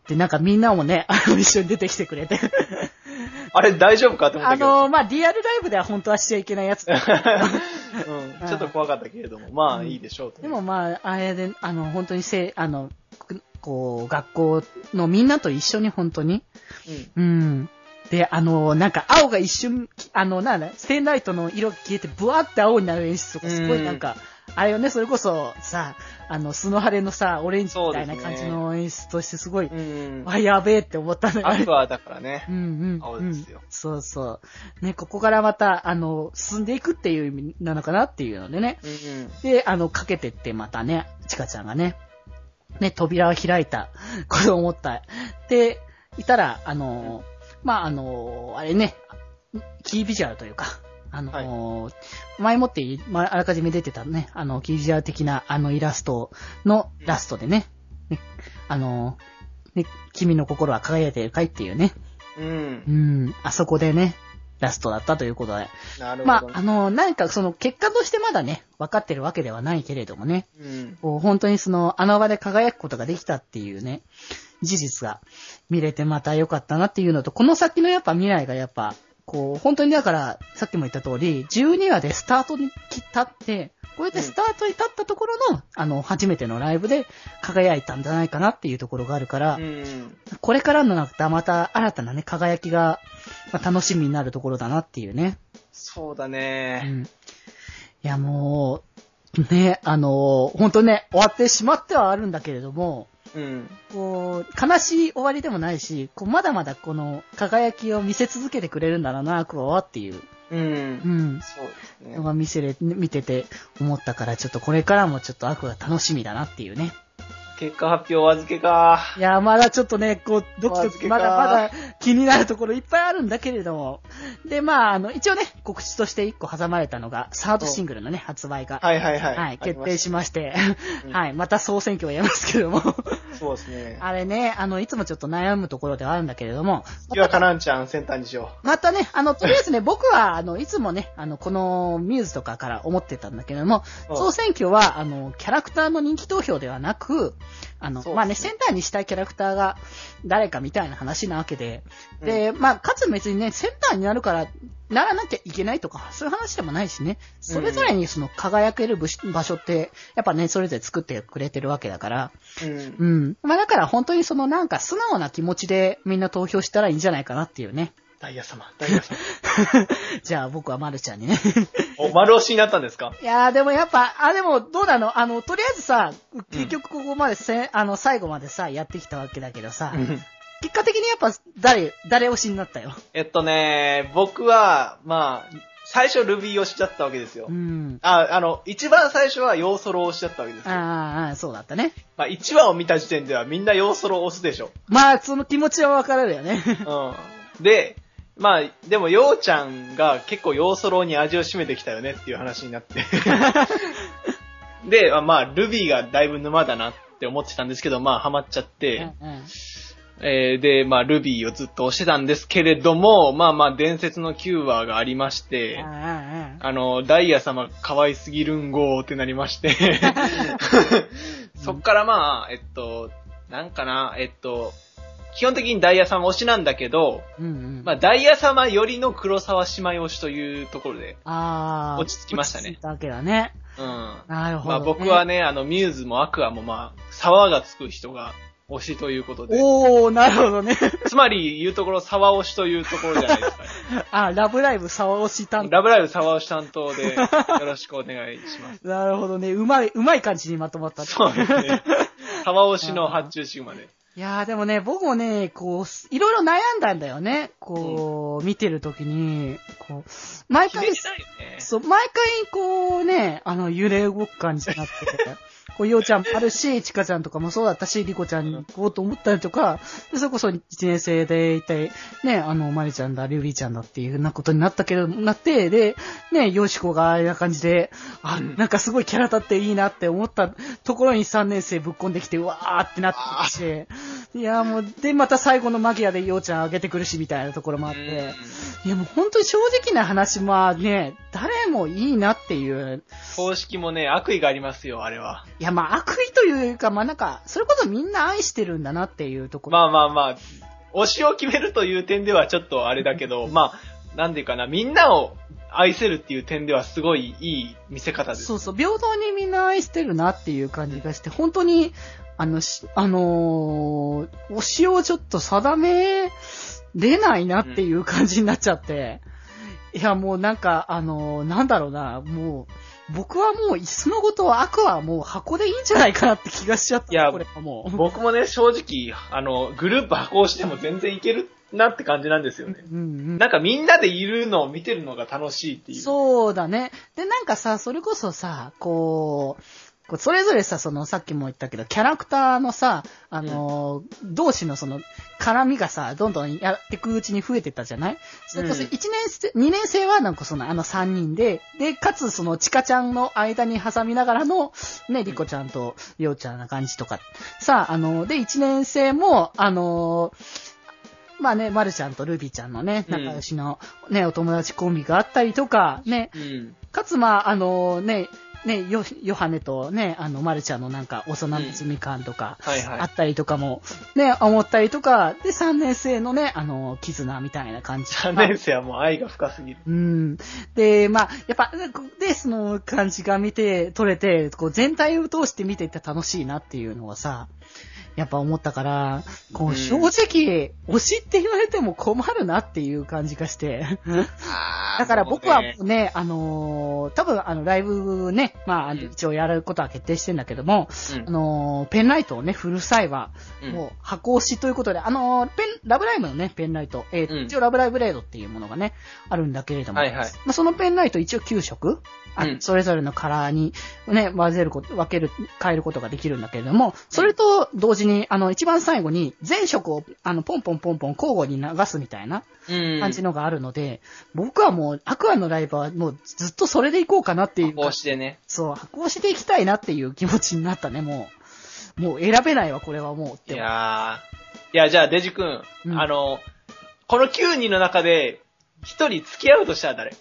で、なんかみんなもね、あの、一緒に出てきてくれて。 あれ大丈夫かと思ったけど。 あの、まあ、リアルライブでは本当はしちゃいけないやつだったうん。ちょっと怖かったけれども、まあいいでしょうと、 うん。でもまあ、あれで、あの、本当にせ、あの、こう、学校のみんなと一緒に本当に、うん。うん。 で、あの、なんか青が一瞬、あの、なんだ、ステンライトの色が消えて、ブワーって青になる演出とか、すごいなんか、あれよね、それこそさ、あの、スノハレのさ、オレンジみたいな感じの演出としてすごい、 うん、 あ、やべえって思ったのよ。 アクアだからね。 うんうん、うん。 青ですよ。 そうそう。ね、ここからまた、あの、進んでいくっていう意味なのかなっていうのでね。 うんうん、 で、あの、かけてってまたね、チカちゃんがね、ね、扉を開いた、これを思った。で、いたら、あの、まあ、あの、あれね、キービジュアルというか、あの、はい、前もって、まあ、あらかじめ出てたね、あの、キービジュアル的なあのイラストのラストでね、ねあの、ね、君の心は輝いているかいっていうね。 うん。 うん。あそこでね、ラストだったということで。 なるほど。 まあ、あの、何かその結果としてまだね、分かってるわけではないけれどもね。 うん。 こう本当にその、あの場で輝くことができたっていうね、事実が見れてまた良かったなっていうのと、この先のやっぱ未来がやっぱ、こう、本当にだから、さっきも言った通り、じゅうにわでスタートに立って、こうやってスタートに立ったところの、うん、あの、初めてのライブで輝いたんじゃないかなっていうところがあるから、うん、これからのまた、また新たなね、輝きが、まあ、楽しみになるところだなっていうね。 そうだね。うん、 いや、もう、ね、あの、本当ね、終わってしまってはあるんだけれども、うん、こう、悲しい終わりでもないし、こうまだまだこの輝きを見せ続けてくれるんだろうな、アクアはっていう。 うん。うん。そうですね。 のが見せれ、見てて思ったから、ちょっとこれからもちょっとアクア楽しみだなっていうね。 結果発表お預けか。 いや、まだちょっとね、こう、ドキドキ、まだまだ気になるところいっぱいあるんだけれども。で、まあ、あの、一応ね、告知として一個挟まれたのが、サードシングルのね、発売が。 はいはいはい。 はい、決定しまして。はい、また総選挙をやりますけども。 そうですね。 あれね、あの、いつもちょっと悩むところではあるんだけれども。 次はカナンちゃんセンターにしよう。またね、あの、とりあえずね、僕は、あの、いつもね、あの、このミューズとかから思ってたんだけれども、総選挙は、あの、キャラクターの人気投票ではなく、あの、まあね、センターにしたいキャラクターが誰かみたいな話なわけで、うん、で、まあ、かつ別にね、センターになるから、ならなきゃいけないとか、そういう話でもないしね、それぞれにその輝ける場所って、やっぱね、それぞれ作ってくれてるわけだから、うん。うん。まあだから本当にそのなんか素直な気持ちでみんな投票したらいいんじゃないかなっていうね。 ダイヤ様、ダイヤ様。 じゃあ僕はマルちゃんにね。 お、丸押しになったんですか？ いやーでもやっぱ、あ、でもどうなの？あの、とりあえずさ、結局ここまでせ、うん、あの、最後までさ、やってきたわけだけどさ、結果的にやっぱ誰、誰推しになったよ。 えっとね、僕は、まあ、最初ルビー推しちゃったわけですよ。うん。あ、あの、一番最初はヨーソロ推しちゃったわけですよ。 ああ、そうだったね。 まあ、いちわを見た時点ではみんなヨーソロ推すでしょ。 まあ、その気持ちはわかるよね。 うん。で、まあ、でも、ヨウちゃんが結構ヨーソロに味を占めてきたよねっていう話になって。で、まあ、ルビーがだいぶ沼だなって思ってたんですけど、まあ、ハマっちゃって、うんうん、えー、で、まあ、ルビーをずっと推してたんですけれども、まあまあ、伝説のキューバーがありまして、うんうんうん、あの、ダイヤ様可愛すぎるんごーってなりまして、そっからまあ、えっと、なんかな、えっと、基本的にダイヤ様推しなんだけど、うんうん、まあ、ダイヤ様よりの黒沢姉妹推しというところで、落ち着きましたね。 落ち着いたわけだね。 うん。 なるほど、ね。 まあ、僕はね、あの、ミューズもアクアもまあ、沢がつく人が推しということで。 おー、なるほどね。 つまり、言うところ沢推しというところじゃないですかね。 あ、ラブライブ沢推し担当。 ラブライブ沢推し担当で、よろしくお願いします。 なるほどね。うまい、うまい感じにまとまった。 そうですね。沢推しの発注シグマで。 いやーでもね、僕もね、こう、いろいろ悩んだんだよね。こう、うん、見てるときに、こう、毎回、ね、そう、毎回こうね、あの、揺れ動く感じになってて、こう、ようちゃんもあるし、ちかちゃんとかもそうだったし、りこちゃんに行こうと思ったりとか、でそれこそいちねん生でいて、ね、あの、まりちゃんだ、りゅうびーちゃんだっていうふうなことになったけど、なって、で、ね、よしこがああいうな感じで、あ、なんかすごいキャラ立っていいなって思ったところにさんねん生ぶっこんできて、うわーってなってきて、いやもう、で、また最後のマギアでようちゃん上げてくるし、みたいなところもあって、いやもう本当に正直な話、まあね、誰もいいなっていう。 公式もね、悪意がありますよ、あれは。 いやまあ悪意というか、まあなんか、それこそみんな愛してるんだなっていうところ。 まあまあまあ、推しを決めるという点ではちょっとあれだけど、まあ、なんていうかな、みんなを愛せるっていう点ではすごいいい見せ方です。 そうそう、平等にみんな愛してるなっていう感じがして、本当に、あの、あのー、推しをちょっと定め出ないなっていう感じになっちゃって。うん、いや、もうなんか、あのー、なんだろうな、もう、僕はもう、いっそのことアクアはもう箱でいいんじゃないかなって気がしちゃった。 いや、 これはもう。 僕もね、正直、あの、グループ箱をしても全然いけるなって感じなんですよね。うんうん、なんかみんなでいるのを見てるのが楽しいっていう。 そうだね。で、なんかさ、それこそさ、こう、それぞれさ、その、さっきも言ったけど、キャラクターのさ、あの、うん、同士のその、絡みがさ、どんどんやっていくうちに増えてったじゃない？それこそいちねん生、にねん生はなんかその、あのさんにんで、で、かつその、チカちゃんの間に挟みながらの、ね、リコちゃんとリオちゃんな感じとか。さあ、あの、で、いちねん生も、あの、まあね、マルちゃんとルビーちゃんのね、仲良しのね、お友達コンビがあったりとか、ね、うん、かつまあ、あのね、ね、ヨ、ヨハネとね、あの、マルちゃんのなんか、幼馴染感とか、あったりとかも、ね、思ったりとか、で、さんねん生のね、あの、絆みたいな感じ。 さんねん生はもう愛が深すぎる。 うん。で、まあ、やっぱ、で、その感じが見て、取れて、こう、全体を通して見ていって楽しいなっていうのはさ、やっぱ思ったから、こう、正直、推しって言われても困るなっていう感じがして。だから僕はもうね、あのー、多分あの、ライブね、まあ、一応やることは決定してんだけども、うん、あのー、ペンライトをね、振る際は、もう箱推しということで、あのー、ペン、ラブライブのね、ペンライト、えー、うん、一応ラブライブレードっていうものがね、あるんだけれども、はいはい、まあ、そのペンライト一応きゅう色、あ、うん、それぞれのカラーにね、混ぜること、分ける、変えることができるんだけれども、それと同時に、あの、一番最後に全色を、あの、ポンポンポンポン交互に流すみたいな感じのがあるので、うん、僕はもう、アクアのライブはもうずっとそれでいこうかなっていう。 箱押しでね。 そう、箱押しでいきたいなっていう気持ちになったね、もう。もう選べないわ、これはもう。っていやー。いや、じゃあ、デジ君、うん、あの、このきゅうにんの中で、ひとり付き合うとしたら誰？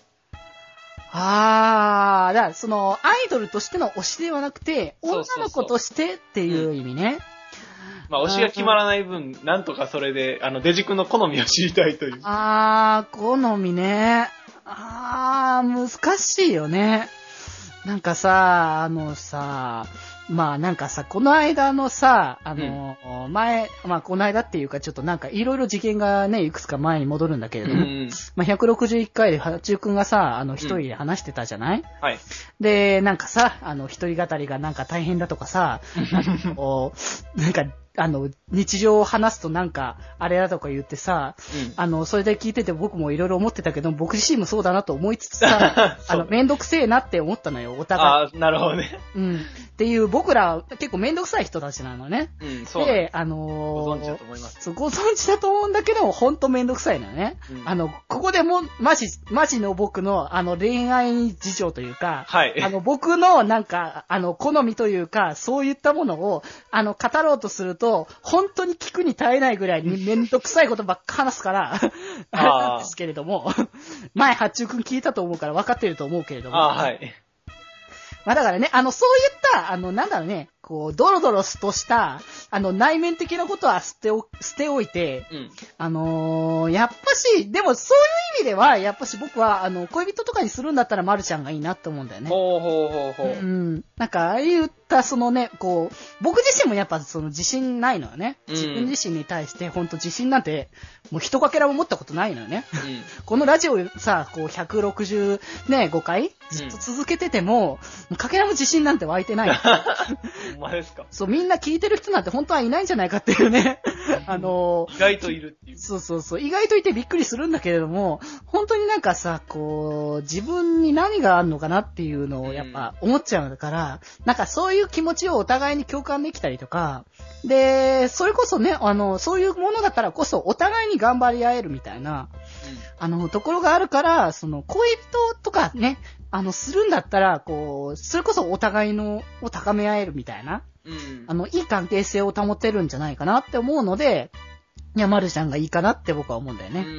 あー、だからその、アイドルとしての推しではなくて、女の子としてっていう意味ね。 まあ、推しが決まらない分、なんとかそれで、あの、デジ君の好みを知りたいという。 あー、好みね。あー、難しいよね。なんかさ、あのさ、まあなんかさ、この間のさ、あの、うん、前、まあこの間っていうかちょっとなんかいろいろ事件がね、いくつか前に戻るんだけれども、うん、まあひゃくろくじゅういっかいで八中くんがさ、あの一人で話してたじゃない、うん、はい。で、なんかさ、あの一人語りがなんか大変だとかさ、なんかこう、なんか、あの、日常を話すとなんか、あれだとか言ってさ、うん、あの、それで聞いてて僕もいろいろ思ってたけど、僕自身もそうだなと思いつつさ、あの、めんどくせえなって思ったのよ、お互い。 ああ、なるほどね。 うん。っていう、僕ら結構めんどくさい人たちなのね。 うん、そうで、あのー、ご存知だと思います。 そう、ご存知だと思うんだけど、ほんとめんどくさいのよね。うん、あの、ここでも、マジ、マジの僕の、あの、恋愛事情というか、はい。あの、僕の、なんか、あの、好みというか、そういったものを、あの、語ろうとすると、本当に聞くに耐えないぐらいにめんどくさいことばっか話すから、あれなんですけれども、前、八中くん聞いたと思うから分かってると思うけれども。 あはい。 まあだからね、あの、そういった、あの、なんだろうね、こう、ドロドロとした、あの、内面的なことは捨てお、捨ておいて、うん、あのー、やっぱし、でもそういう意味では、やっぱし僕は、あの、恋人とかにするんだったらマルちゃんがいいなって思うんだよね。 ほうほうほうほう。 うん。なんか、ああいった、そのね、こう、僕自身もやっぱその自信ないのよね。自分自身に対して、ほんと自信なんて、もう一かけらも持ったことないのよね。うん、このラジオさ、こう、ひゃくろくじゅうごかいずっと続けてても、うん、もうかけらも自信なんて湧いてない。 ほんまですか？ そう、みんな聞いてる人なんて本当はいないんじゃないかっていうね。あのー、意外といるっていう。 そうそうそう。意外といてびっくりするんだけれども、本当になんかさ、こう、自分に何があるのかなっていうのをやっぱ思っちゃうから、うん、なんかそういう気持ちをお互いに共感できたりとか、で、それこそね、あの、そういうものだったらこそお互いに頑張り合えるみたいな、うん、あの、ところがあるから、その、恋人とかね、あの、するんだったら、こう、それこそお互いの、を高め合えるみたいな、うん、あの、いい関係性を保てるんじゃないかなって思うので、いや、まるちゃんがいいかなって僕は思うんだよね。うん。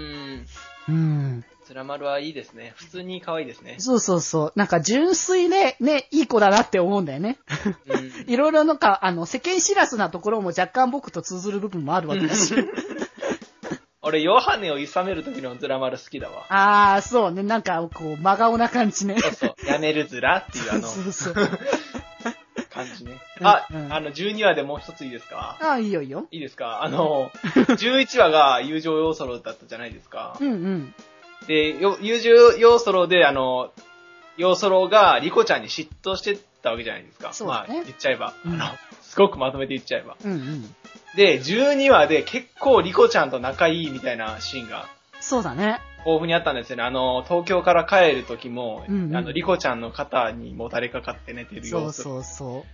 うん。 つらまるはいいですね。普通に可愛いですね。 そうそうそう。なんか純粋で、ね、いい子だなって思うんだよね。うん、いろいろなんか、あの、世間知らずなところも若干僕と通ずる部分もあるわけだし。 俺、ヨハネをいさめる時のズラマル好きだわ。 あー、そうね。なんか、こう、真顔な感じね。 そうそう。やめるズラっていうあの。そうそう。感感じね。あ、 うん、 あの、じゅうにわでもう一ついいですか？ あ、いいよいいよ。 いいですか？あの、じゅういちわが友情要素ロだったじゃないですか。 うんうん。 で、友情要素ロで、あの、要素ロがリコちゃんに嫉妬してたわけじゃないですか。 そうだね。 まあ、言っちゃえば。 うん、 あの、すごくまとめて言っちゃえば。 うんうん。 で、じゅうにわで結構リコちゃんと仲いいみたいなシーンが。 そうだね。 豊富にあったんですよね。あの、東京から帰る時も、 うんうん、 あの、リコちゃんの肩にもたれかかって寝てる様子。 そうそうそう。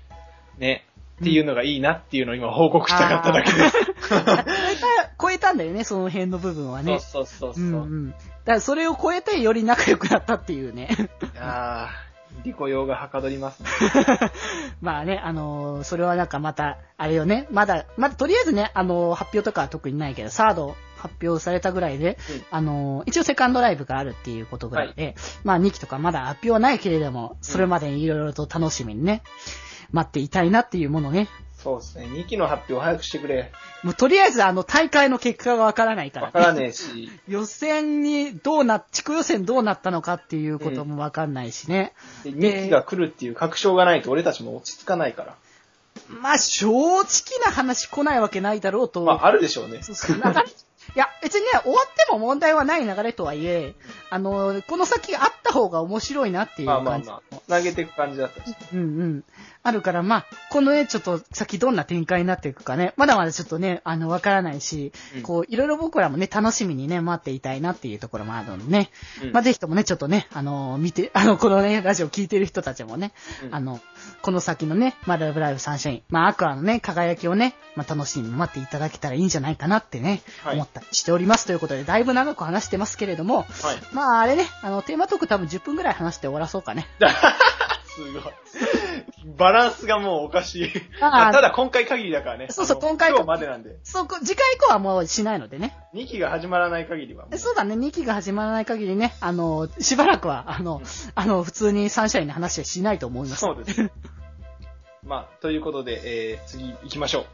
ね。っていうのがいいなっていうのを今報告したかっただけです。 超えた、超えたんだよね、その辺の部分はね。 そうそうそうそう。 うんうん。だからそれを超えてより仲良くなったっていうね。 ああ、リコ用がはかどりますね。 まあね、あのー、それはなんかまた、あれよね、まだ、まだとりあえずね、あのー、発表とかは特にないけど、サード発表されたぐらいで、うん、あのー、一応セカンドライブがあるっていうことぐらいで、はい、まあにきとかまだ発表はないけれども、それまでにいろいろと楽しみにね、待っていたいなっていうものね。 そうですね。にきの発表早くしてくれ。 もうとりあえずあの大会の結果がわからないから、 ね。わからねえし。 予選にどうな、地区予選どうなったのかっていうこともわかんないしね。 うん、で、にきが来るっていう確証がないと俺たちも落ち着かないから。 まあ正直な話来ないわけないだろうと。 まああるでしょうね。 そうそう。なんかいや、別にね、終わっても問題はない流れとはいえ、あの、この先あった方が面白いなっていう感じ。 まあまあまあ、投げていく感じだったし。 うんうん。あるから、まあ、この絵ちょっと先どんな展開になっていくかね、まだまだちょっとね、あの、わからないし、うん、こう、いろいろ僕らもね、楽しみにね、待っていたいなっていうところもあるのでね、うん、まあ、ぜひともね、ちょっとね、あの、見て、あの、このね、ラジオ聞いてる人たちもね、うん、あの、この先のね、まだラブライブサンシャイン、まあ、アクアのね、輝きをね、まあ、楽しみに待っていただけたらいいんじゃないかなってね、はい、思ったりしておりますということで、だいぶ長く話してますけれども、はい、まあ、あれね、あの、テーマトーク多分じゅっぷんぐらい話して終わらそうかね。 すごい。バランスがもうおかしい。ああただ今回限りだからね。 そうそう、今回今日までなんで。 そう、次回以降はもうしないのでね。 にきが始まらない限りは。 そうだね、にきが始まらない限りね、あの、しばらくは、あの、うん、あの、普通にサンシャインの話はしないと思います。 そうです。まあ、ということで、えー、次行きましょう。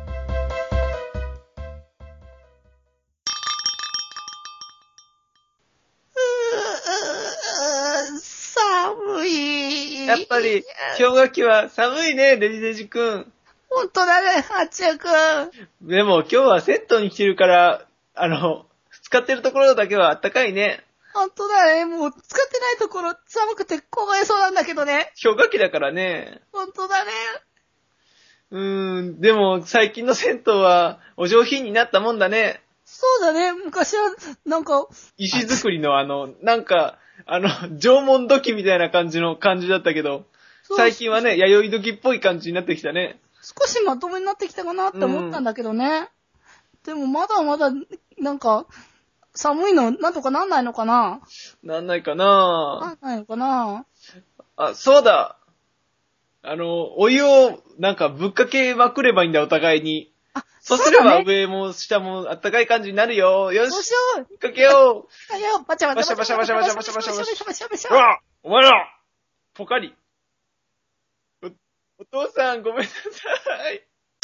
寒い。 やっぱり、氷河期は寒いね、デジデジ君。 ほんとだね、あっちゃくん。 でも今日はセットに来てるから、あの、使ってるところだけはあったかいね。 ほんとだね、もう使ってないところ寒くて凍えそうなんだけどね。 氷河期だからね。 ほんとだね。 うーん、でも最近の銭湯はお上品になったもんだね。 そうだね、昔は、なんか、 石造りのあの、なんか、あの、縄文土器みたいな感じの感じだったけど、最近はね、弥生土器っぽい感じになってきたね。 少しまともになってきたかなって思ったんだけどね。うん、でもまだまだ、なんか、寒いの、なんとかなんないのかな？ なんないかな？ なんないのかな？ あ、そうだ。あの、お湯を、なんかぶっかけまくればいいんだ、お互いに。 あ、 そうすれば上も下もあったかい感じになるよ。よし。 そうしよう。 かけよう。 かけよう。バチャバチャバチャバチャバチャバチャバチャバチャバチャバチャ。 うわ！お前らポカリ。お、お父さんごめんなさい。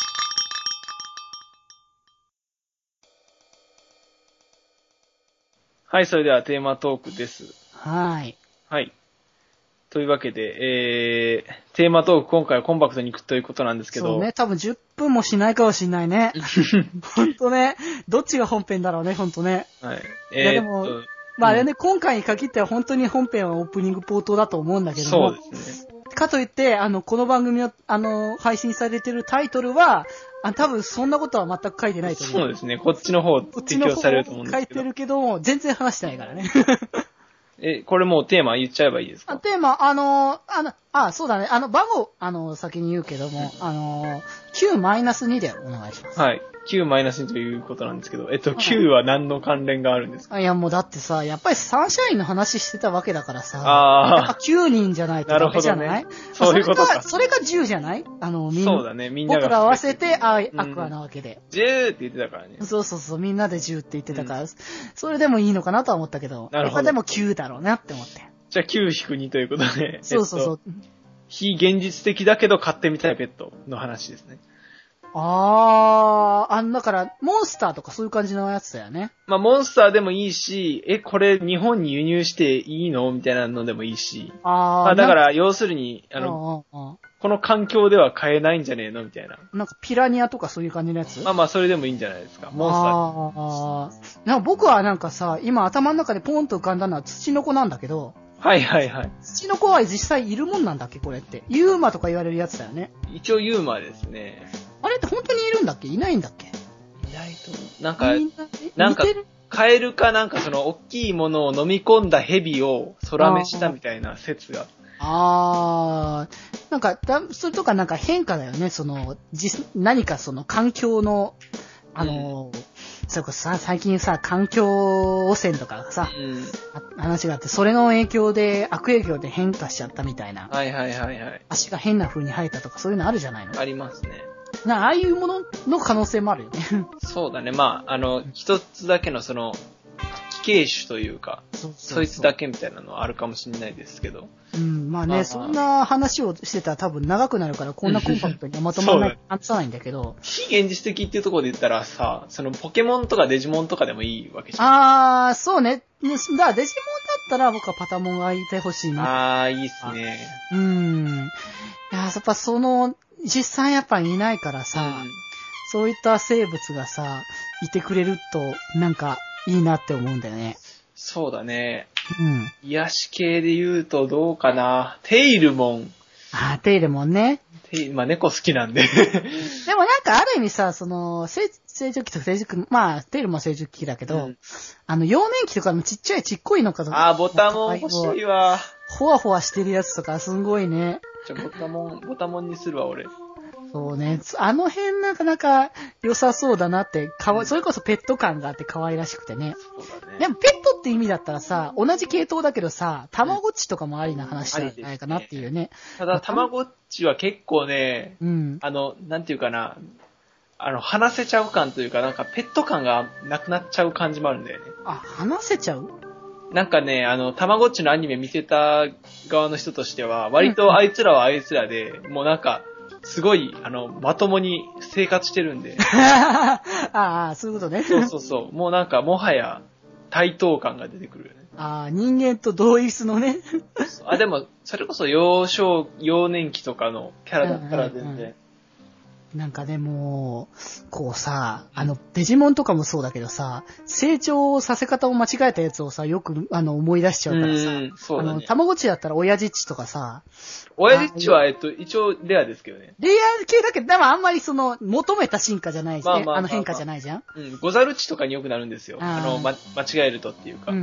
はい、それではテーマトークです。 はい。 はい。というわけで、えー、テーマトーク今回はコンパクトに行くということなんですけど。 そうね、多分じゅっぷんもしないかもしんないね。ほんとね、どっちが本編だろうね、ほんとね。 はい。 えー、いやでも、まああれね、うん、今回に限っては本当に本編はオープニング冒頭だと思うんだけども。 そうですね。 かといって、あの、この番組の、あの、配信されてるタイトルは、あ、多分そんなことは全く書いてないと思う。 そうですね。こっちの方、提供されると思うんですけど。 書いてるけども、全然話してないからね。 え、これもうテーマ言っちゃえばいいですか？ テーマ、あの、あの、あ、そうだね。あの、番号、あの、先に言うけども、あの、きゅうマイナスに でお願いします。 はい。きゅうマイナスにということなんですけど、えっと、きゅうは何の関連があるんですか？ いや、もうだってさ、やっぱりサンシャインの話してたわけだからさ、 あやっぱきゅうにんじゃないとダメじゃない？なるほどね。 そういうことか。 それが、それがじゅうじゃないあの、みんな。 そうだね、みんなが。 僕ら合わせて、あ、アクアなわけで。 じゅうって言ってたからね。 そうそうそう、みんなでじゅうって言ってたから、うん、それでもいいのかなとは思ったけど、なるほど。やっぱでもきゅうだろうなって思って。 じゃあきゅう引くにということで。 そうそうそう。 えっと、非現実的だけど買ってみたいペットの話ですね。 あー、あんだから、モンスターとかそういう感じのやつだよね。 まあ、モンスターでもいいし、え、これ日本に輸入していいのみたいなのでもいいし。あー。まあ、だから、要するに、あの、 この環境では飼えないんじゃねえのみたいな。 なんかピラニアとかそういう感じのやつ？ まあまあ、それでもいいんじゃないですか。モンスター。 ああ。なんか僕はなんかさ、今頭の中でポンと浮かんだのは土の子なんだけど、 はいはいはい。 土の子は実際いるもんなんだっけこれって。ユーマとか言われるやつだよね。 一応ユーマですね。 あれって本当にいるんだっけ？いないんだっけ？ いないと思う。なんか、 いないなんか似てる、 カエルかなんかその大きいものを飲み込んだヘビを空目したみたいな説が。 あー、なんか、だそれとかなんか変化だよね、その、実、何かその環境の、あの、うん、それこそさ、最近さ、環境汚染とかさ、うん、話があって、それの影響で、悪影響で変化しちゃったみたいな。 はいはいはいはい。 足が変な風に生えたとか、そういうのあるじゃないの？ ありますね。 なああいうものの可能性もあるよね。 そうだね。まあ、あの、一つだけのその、奇形種というか、そうそうそう、そいつだけみたいなのはあるかもしれないですけど。 うん、まあね、まあ、そんな話をしてたら多分長くなるからこんなコンパクトにはまとまらない、話さないんだけど。 非現実的っていうところで言ったらさ、そのポケモンとかデジモンとかでもいいわけじゃん。あー、そうね。だからデジモンだったら僕はパタモンがいてほしいね。 あー、いいっすね。 うん。いや、やっぱその、実際やっぱいないからさ、うん、そういった生物がさ、いてくれると、なんか、いいなって思うんだよね。 そうだね。 うん。 癒し系で言うとどうかな。テイルモン。 ああ、テイルモンね。 テイまあ猫好きなんで。 でもなんかある意味さ、その、成熟期と成熟期、まあ、テイルモン成熟期だけど、うん、あの、幼年期とかのちっちゃいちっこいのかとか。 ああ、ボタモン欲しいわ。 ほわほわしてるやつとかすんごいね。 じゃボタモン、ボタモンにするわ、俺。 そうね。あの辺なかなか良さそうだなって、かわい、それこそペット感があって可愛らしくてね。 そうだね。 でもペットって意味だったらさ、同じ系統だけどさ、たまごっちとかもありな話なんじゃないかなっていうね。ねただ、たまごっちは結構ね、 うん、 あの、なんていうかな、あの、話せちゃう感というか、なんかペット感がなくなっちゃう感じもあるんだよね。 あ、話せちゃう？ なんかね、あの、たまごっちのアニメ見せた側の人としては、割とあいつらはあいつらで、もうなんか、すごい、あの、まともに生活してるんで。 ああ、そういうことね。 そうそうそう。もうなんか、もはや、対等感が出てくるよね。 ああ、人間と同一のね。 あ、でも、それこそ幼少、幼年期とかのキャラだったら全然。うんうんうん、 なんかでも、こうさ、あの、デジモンとかもそうだけどさ、成長させ方を間違えたやつをさ、よく、あの、思い出しちゃうからさ、うんそうだね、あの、たまごっちだったら親父っちとかさ、 親父っちは、えっと、一応レアですけどね。 レア系だけど、でもあんまりその、求めた進化じゃないし、ね、まあまあまあまあ、あの変化じゃないじゃん。 うん、ゴザルッチとかによくなるんですよ。あ, あの、ま、間違えるとっていうか。 うんうんうん。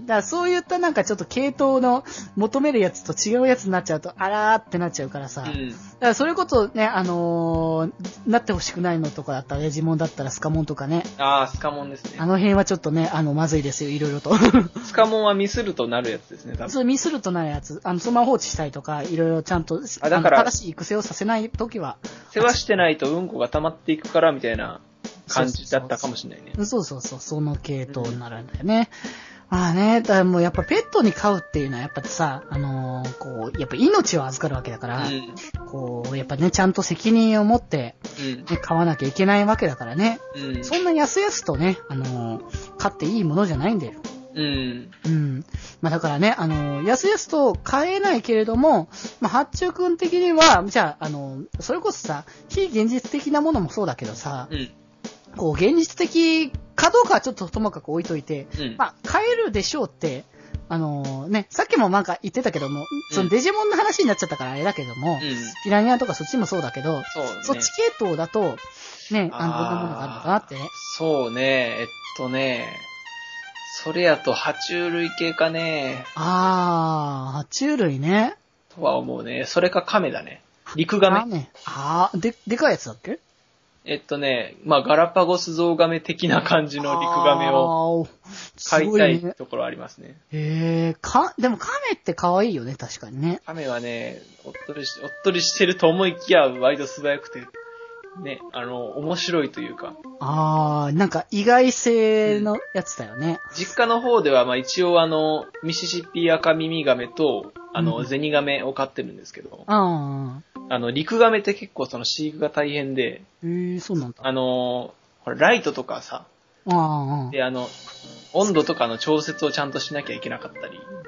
だからそういったなんかちょっと系統の求めるやつと違うやつになっちゃうと、あらーってなっちゃうからさ。うん、だからそれこそね、あのー、なってほしくないのとかだったら、デジモンだったらスカモンとかね。 ああ、スカモンですね。 あの辺はちょっとね、あの、まずいですよ、いろいろと。 スカモンはミスるとなるやつですね、多分。 そう、ミスるとなるやつ。あの、そのまま放置したりとか、いろいろちゃんと、 あ、だから、 正しい育成をさせないときは。 世話してないとうんこが溜まっていくから、みたいな感じだったかもしれないね。 そうそうそう、その系統になるんだよね。うん、まあね、だからもうやっぱペットに飼うっていうのはやっぱさ、あのー、こう、やっぱ命を預かるわけだから、うん、こう、やっぱね、ちゃんと責任を持って、ね、うん、飼わなきゃいけないわけだからね。うん、そんなやすやすとね、あのー、飼っていいものじゃないんだよ。 うん。 うん。まあだからね、あの、やすやすと買えないけれども、まあ、八中くん的には、じゃあ、あの、それこそさ、非現実的なものもそうだけどさ、うん、こう、現実的かどうかはちょっとともかく置いといて、うん、まあ、買えるでしょうって、あのね、さっきもなんか言ってたけども、うん、そのデジモンの話になっちゃったからあれだけども、うん、ピラニアとかそっちもそうだけど、そうね、そっち系統だと、ね、あの、どんなものがあるのかなってね。 そうね、えっとね、それやと、爬虫類系かね。 あー、爬虫類ね。 とは思うね。それか亀だね。陸亀。 亀。あー、で、でかいやつだっけ？ えっとね、まあ、ガラパゴスゾウガメ的な感じの陸亀を飼いたいところありますね。 へー、か、でも亀って可愛いよね、確かにね。 亀はね、おっとりし、おっとりしてると思いきや、割と素早くて、ね、あの、面白いというか。 あー、なんか意外性のやつだよね。 うん、実家の方では、まあ一応あの、ミシシッピアカミミガメと、あの、うん、ゼニガメを飼ってるんですけど。 ああの、陸ガメって結構その飼育が大変で。 へー、そうなんだ。 あの、ほら、ライトとかさ。 あー。 で、あの、温度とかの調節をちゃんとしなきゃいけなかったり。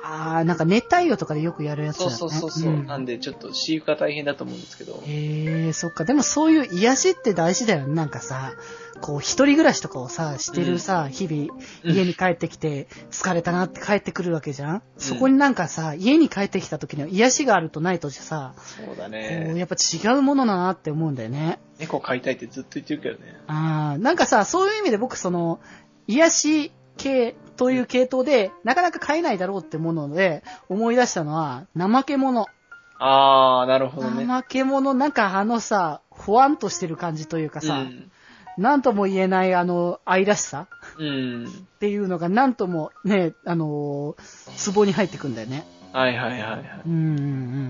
あー、なんか熱帯魚とかでよくやるやつだね。 そうそうそうそう、うん。なんでちょっと飼育が大変だと思うんですけど。 へえ、そっか。でもそういう癒しって大事だよね。なんかさ、こう一人暮らしとかをさ、してるさ、うん、日々、家に帰ってきて、疲れたなって帰ってくるわけじゃん、うん、そこになんかさ、家に帰ってきた時には癒しがあるとないとじゃさ、 そうだね。 こうやっぱ違うものだなって思うんだよね。 猫飼いたいってずっと言ってるけどね。 あー、なんかさ、そういう意味で僕その、癒し系という系統で、なかなか飼えないだろうってもので、思い出したのは、怠け者。 あー、なるほどね。 怠け者、なんかあのさ、ほわんとしてる感じというかさ、うん、なんとも言えないあの、愛らしさ、うん、っていうのがなんともね、あのー、壺に入ってくんだよね。 はいはいはいはい。 うんうんうん。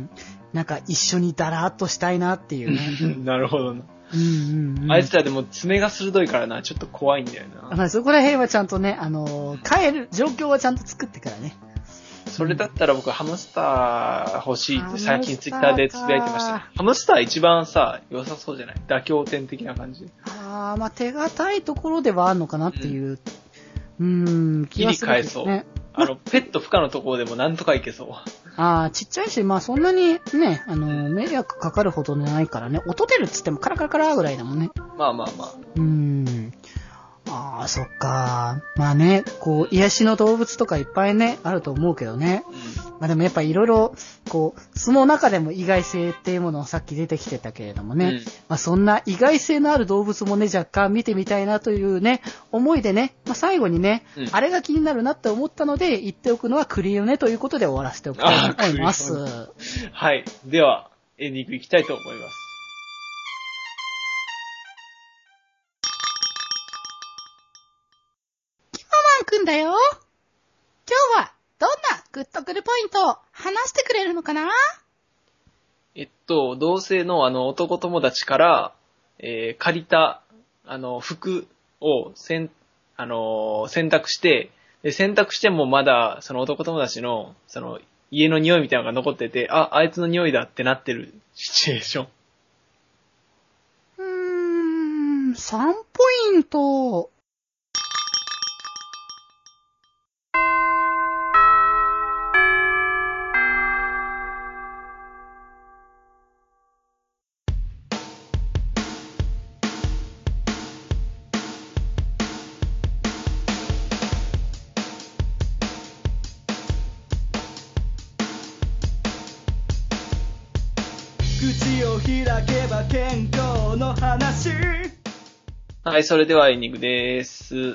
なんか一緒にダラーっとしたいなっていうね。 なるほどな。 うんうんうん、 あいつらでも爪が鋭いからな、ちょっと怖いんだよな。 まあ、そこら辺はちゃんとね、あのー、帰る状況はちゃんと作ってからね。 それだったら僕ハムスター欲しいって最近ツイッターでつぶやいてました。ハムスター一番さ、良さそうじゃない？妥協点的な感じ。 ああ、まあ手堅いところではあるのかなっていう、うん、うーん気がする、ね。 ギリ返そう。あの、ペット不可のところでもなんとかいけそう。 ああ、ちっちゃいし、まあそんなにね、あの、迷惑かかるほどないからね、音出るっつってもカラカラカラぐらいだもんね。 まあまあまあ。 うーん。ああ、そっか。まあね、こう、癒しの動物とかいっぱいね、あると思うけどね。うん、まあでもやっぱいろいろ、こう、その中でも意外性っていうものをさっき出てきてたけれどもね。うん、まあそんな意外性のある動物もね、若干見てみたいなというね、思いでね、まあ最後にね、うん、あれが気になるなって思ったので、言っておくのはクリオネということで終わらせておきたいと思います。 はい。では、エンディングいきたいと思います。 くんだよ。今日はどんなグッとくるポイントを話してくれるのかな？ えっと、同性のあの男友達から、えー、借りたあの服をせん、あのー、洗濯して、で洗濯してもまだその男友達のその家の匂いみたいなのが残ってて、あ、あいつの匂いだってなってるシチュエーション。 うーん、さんポイント。 口を開けば健康の話。はい、それではエンディングです。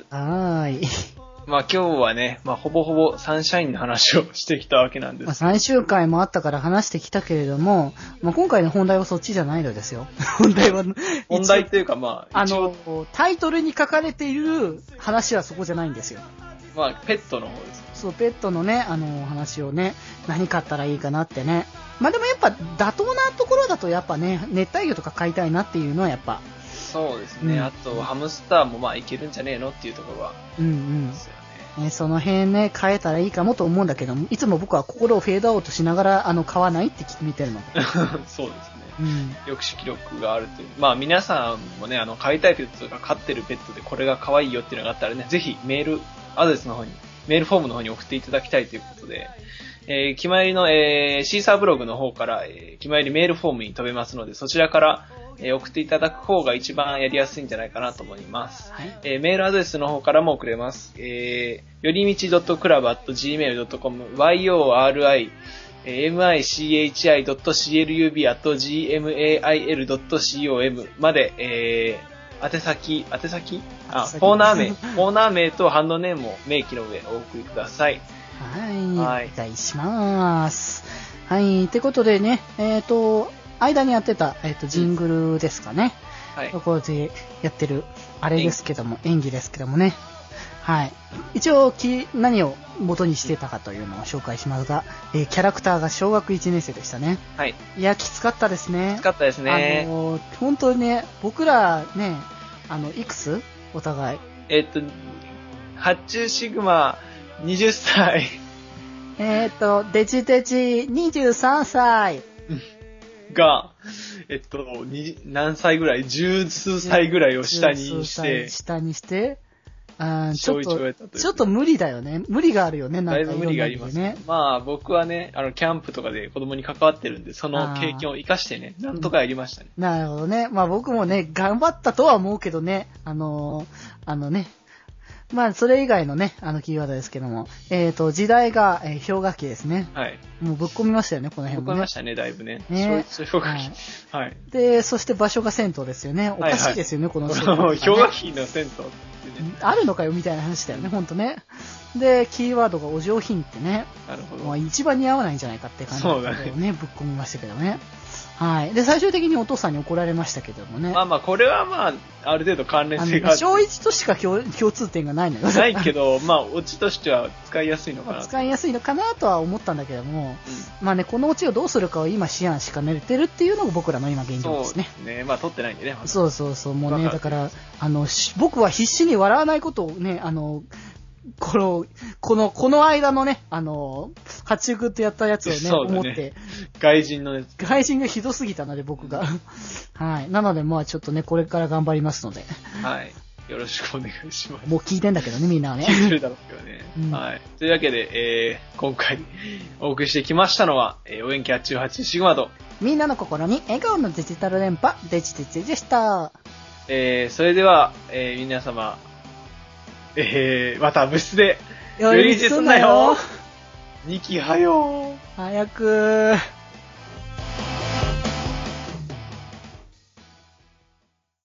はーい。 まあ今日はね、まあほぼほぼサンシャインの話をしてきたわけなんです。まあ、 最終回もあったから話してきたけれども、まあ今回の本題はそっちじゃないのですよ。本題は本題っていうかまああのタイトルに書かれている話はそこじゃないんですよ。 まあペットの方です。 そう、ペットのね、あの話をね、何買ったらいいかなってね。まあでもやっぱ妥当なところだとやっぱね、熱帯魚とか飼いたいなっていうのはやっぱ。 そうですね。うん、あとハムスターもまあいけるんじゃねえのっていうところは、 うんうん。ですよね。ね、その辺ね、飼えたらいいかもと思うんだけど、いつも僕は心をフェードアウトしながら、あの、飼わないって見てるので。 そうですね。うん、抑止力があるという。まあ皆さんもね、あの、飼いたいペットとか飼ってるペットでこれが可愛いよっていうのがあったらね、ぜひメール、アドレスの方に、メールフォームの方に送っていただきたいということで、えー、気まよりの、えー、シーサーブログの方から、えー、気まよりメールフォームに飛べますので、そちらから、えー、送っていただく方が一番やりやすいんじゃないかなと思います。はい、えー、メールアドレスの方からも送れます。えー、よりみち .club アット ジーメール ドットコム ヨリ ミチ ドット クラブ アット ジーメール ドットコム まで、えー、宛先、宛先あ、コーナー名、コーナー名とハンドネームを明記の上お送りください。 はい、はい、お願いします。はい、ってことでね、えっ、ー、と、間にやってた、えっ、ー、と、ジングルですかね。はい。ところでやってる、あれですけども、演技ですけどもね。はい。一応、き、何を元にしてたかというのを紹介しますが、えー、キャラクターが小学いちねん生でしたね。はい。いや、きつかったですね。 きつかったですね。 あの、本当にね、僕らね、あの、いくつお互い。 えっと、発注シグマ、はたち。 えっと、デジデジにじゅうさんさい。 が、えっと、に何歳ぐらい十数歳ぐらいを下にして。 下にして。 あーちょっ小一を得たというと、ちょっと無理だよね。無理があるよね、なんかだいぶ無理がありますね。まあ僕はね、あの、キャンプとかで子供に関わってるんで、その経験を活かしてね、なんとかやりましたね。 なるほどね。まあ僕もね、頑張ったとは思うけどね、あのー、あのね、まあそれ以外のね、あのキーワードですけども、えっと、時代が、えー氷河期ですね。 はい。 もうぶっ込みましたよね、この辺ぶっも、ね。 込みましたね、だいぶね。 ね小一氷河期。はい。 で、そして場所が銭湯ですよね。おかしいですよね、 はいはい、 この氷河期の銭湯ってね。 あるのかよみたいな話だよね、ほんとね。で、キーワードがお上品ってね。 なるほど。 まあ一番似合わないんじゃないかって感じだけどね、 そうだねぶっ込みましたけどね。はい。で、最終的にお父さんに怒られましたけどもね。 まあまあ、これはまあ、ある程度関連性がある。 小一としか共共通点がないのよ。 ないけど、まあ、オチとしては使いやすいのかな。 使いやすいのかなとは思ったんだけども、うん、まあね、このオチをどうするかを今思案しかねれてるっていうのが僕らの今現状ですね。 そうですね。まあ、撮ってないんでね。 そうそうそう、もうね、だから、あの、僕は必死に笑わないことをね、あの、この、この、この間のね、あの、八中ってやったやつをね、ね思って。 外人のやつ。 外人がひどすぎたので、僕が。はい。なので、まあちょっとね、これから頑張りますので。 はい。よろしくお願いします。 もう聞いてんだけどね、みんなはね。 聞いてるだろうけどね。うん、はい。というわけで、えー、今回お送りしてきましたのは、えー、お元気はちじゅうはちシグマと、 みんなの心に笑顔のデジタル連覇、デジデジでした。 えー、それでは、えー、皆様、えー、また部室で、 寄り道すんなよ。 にきはよ早くー。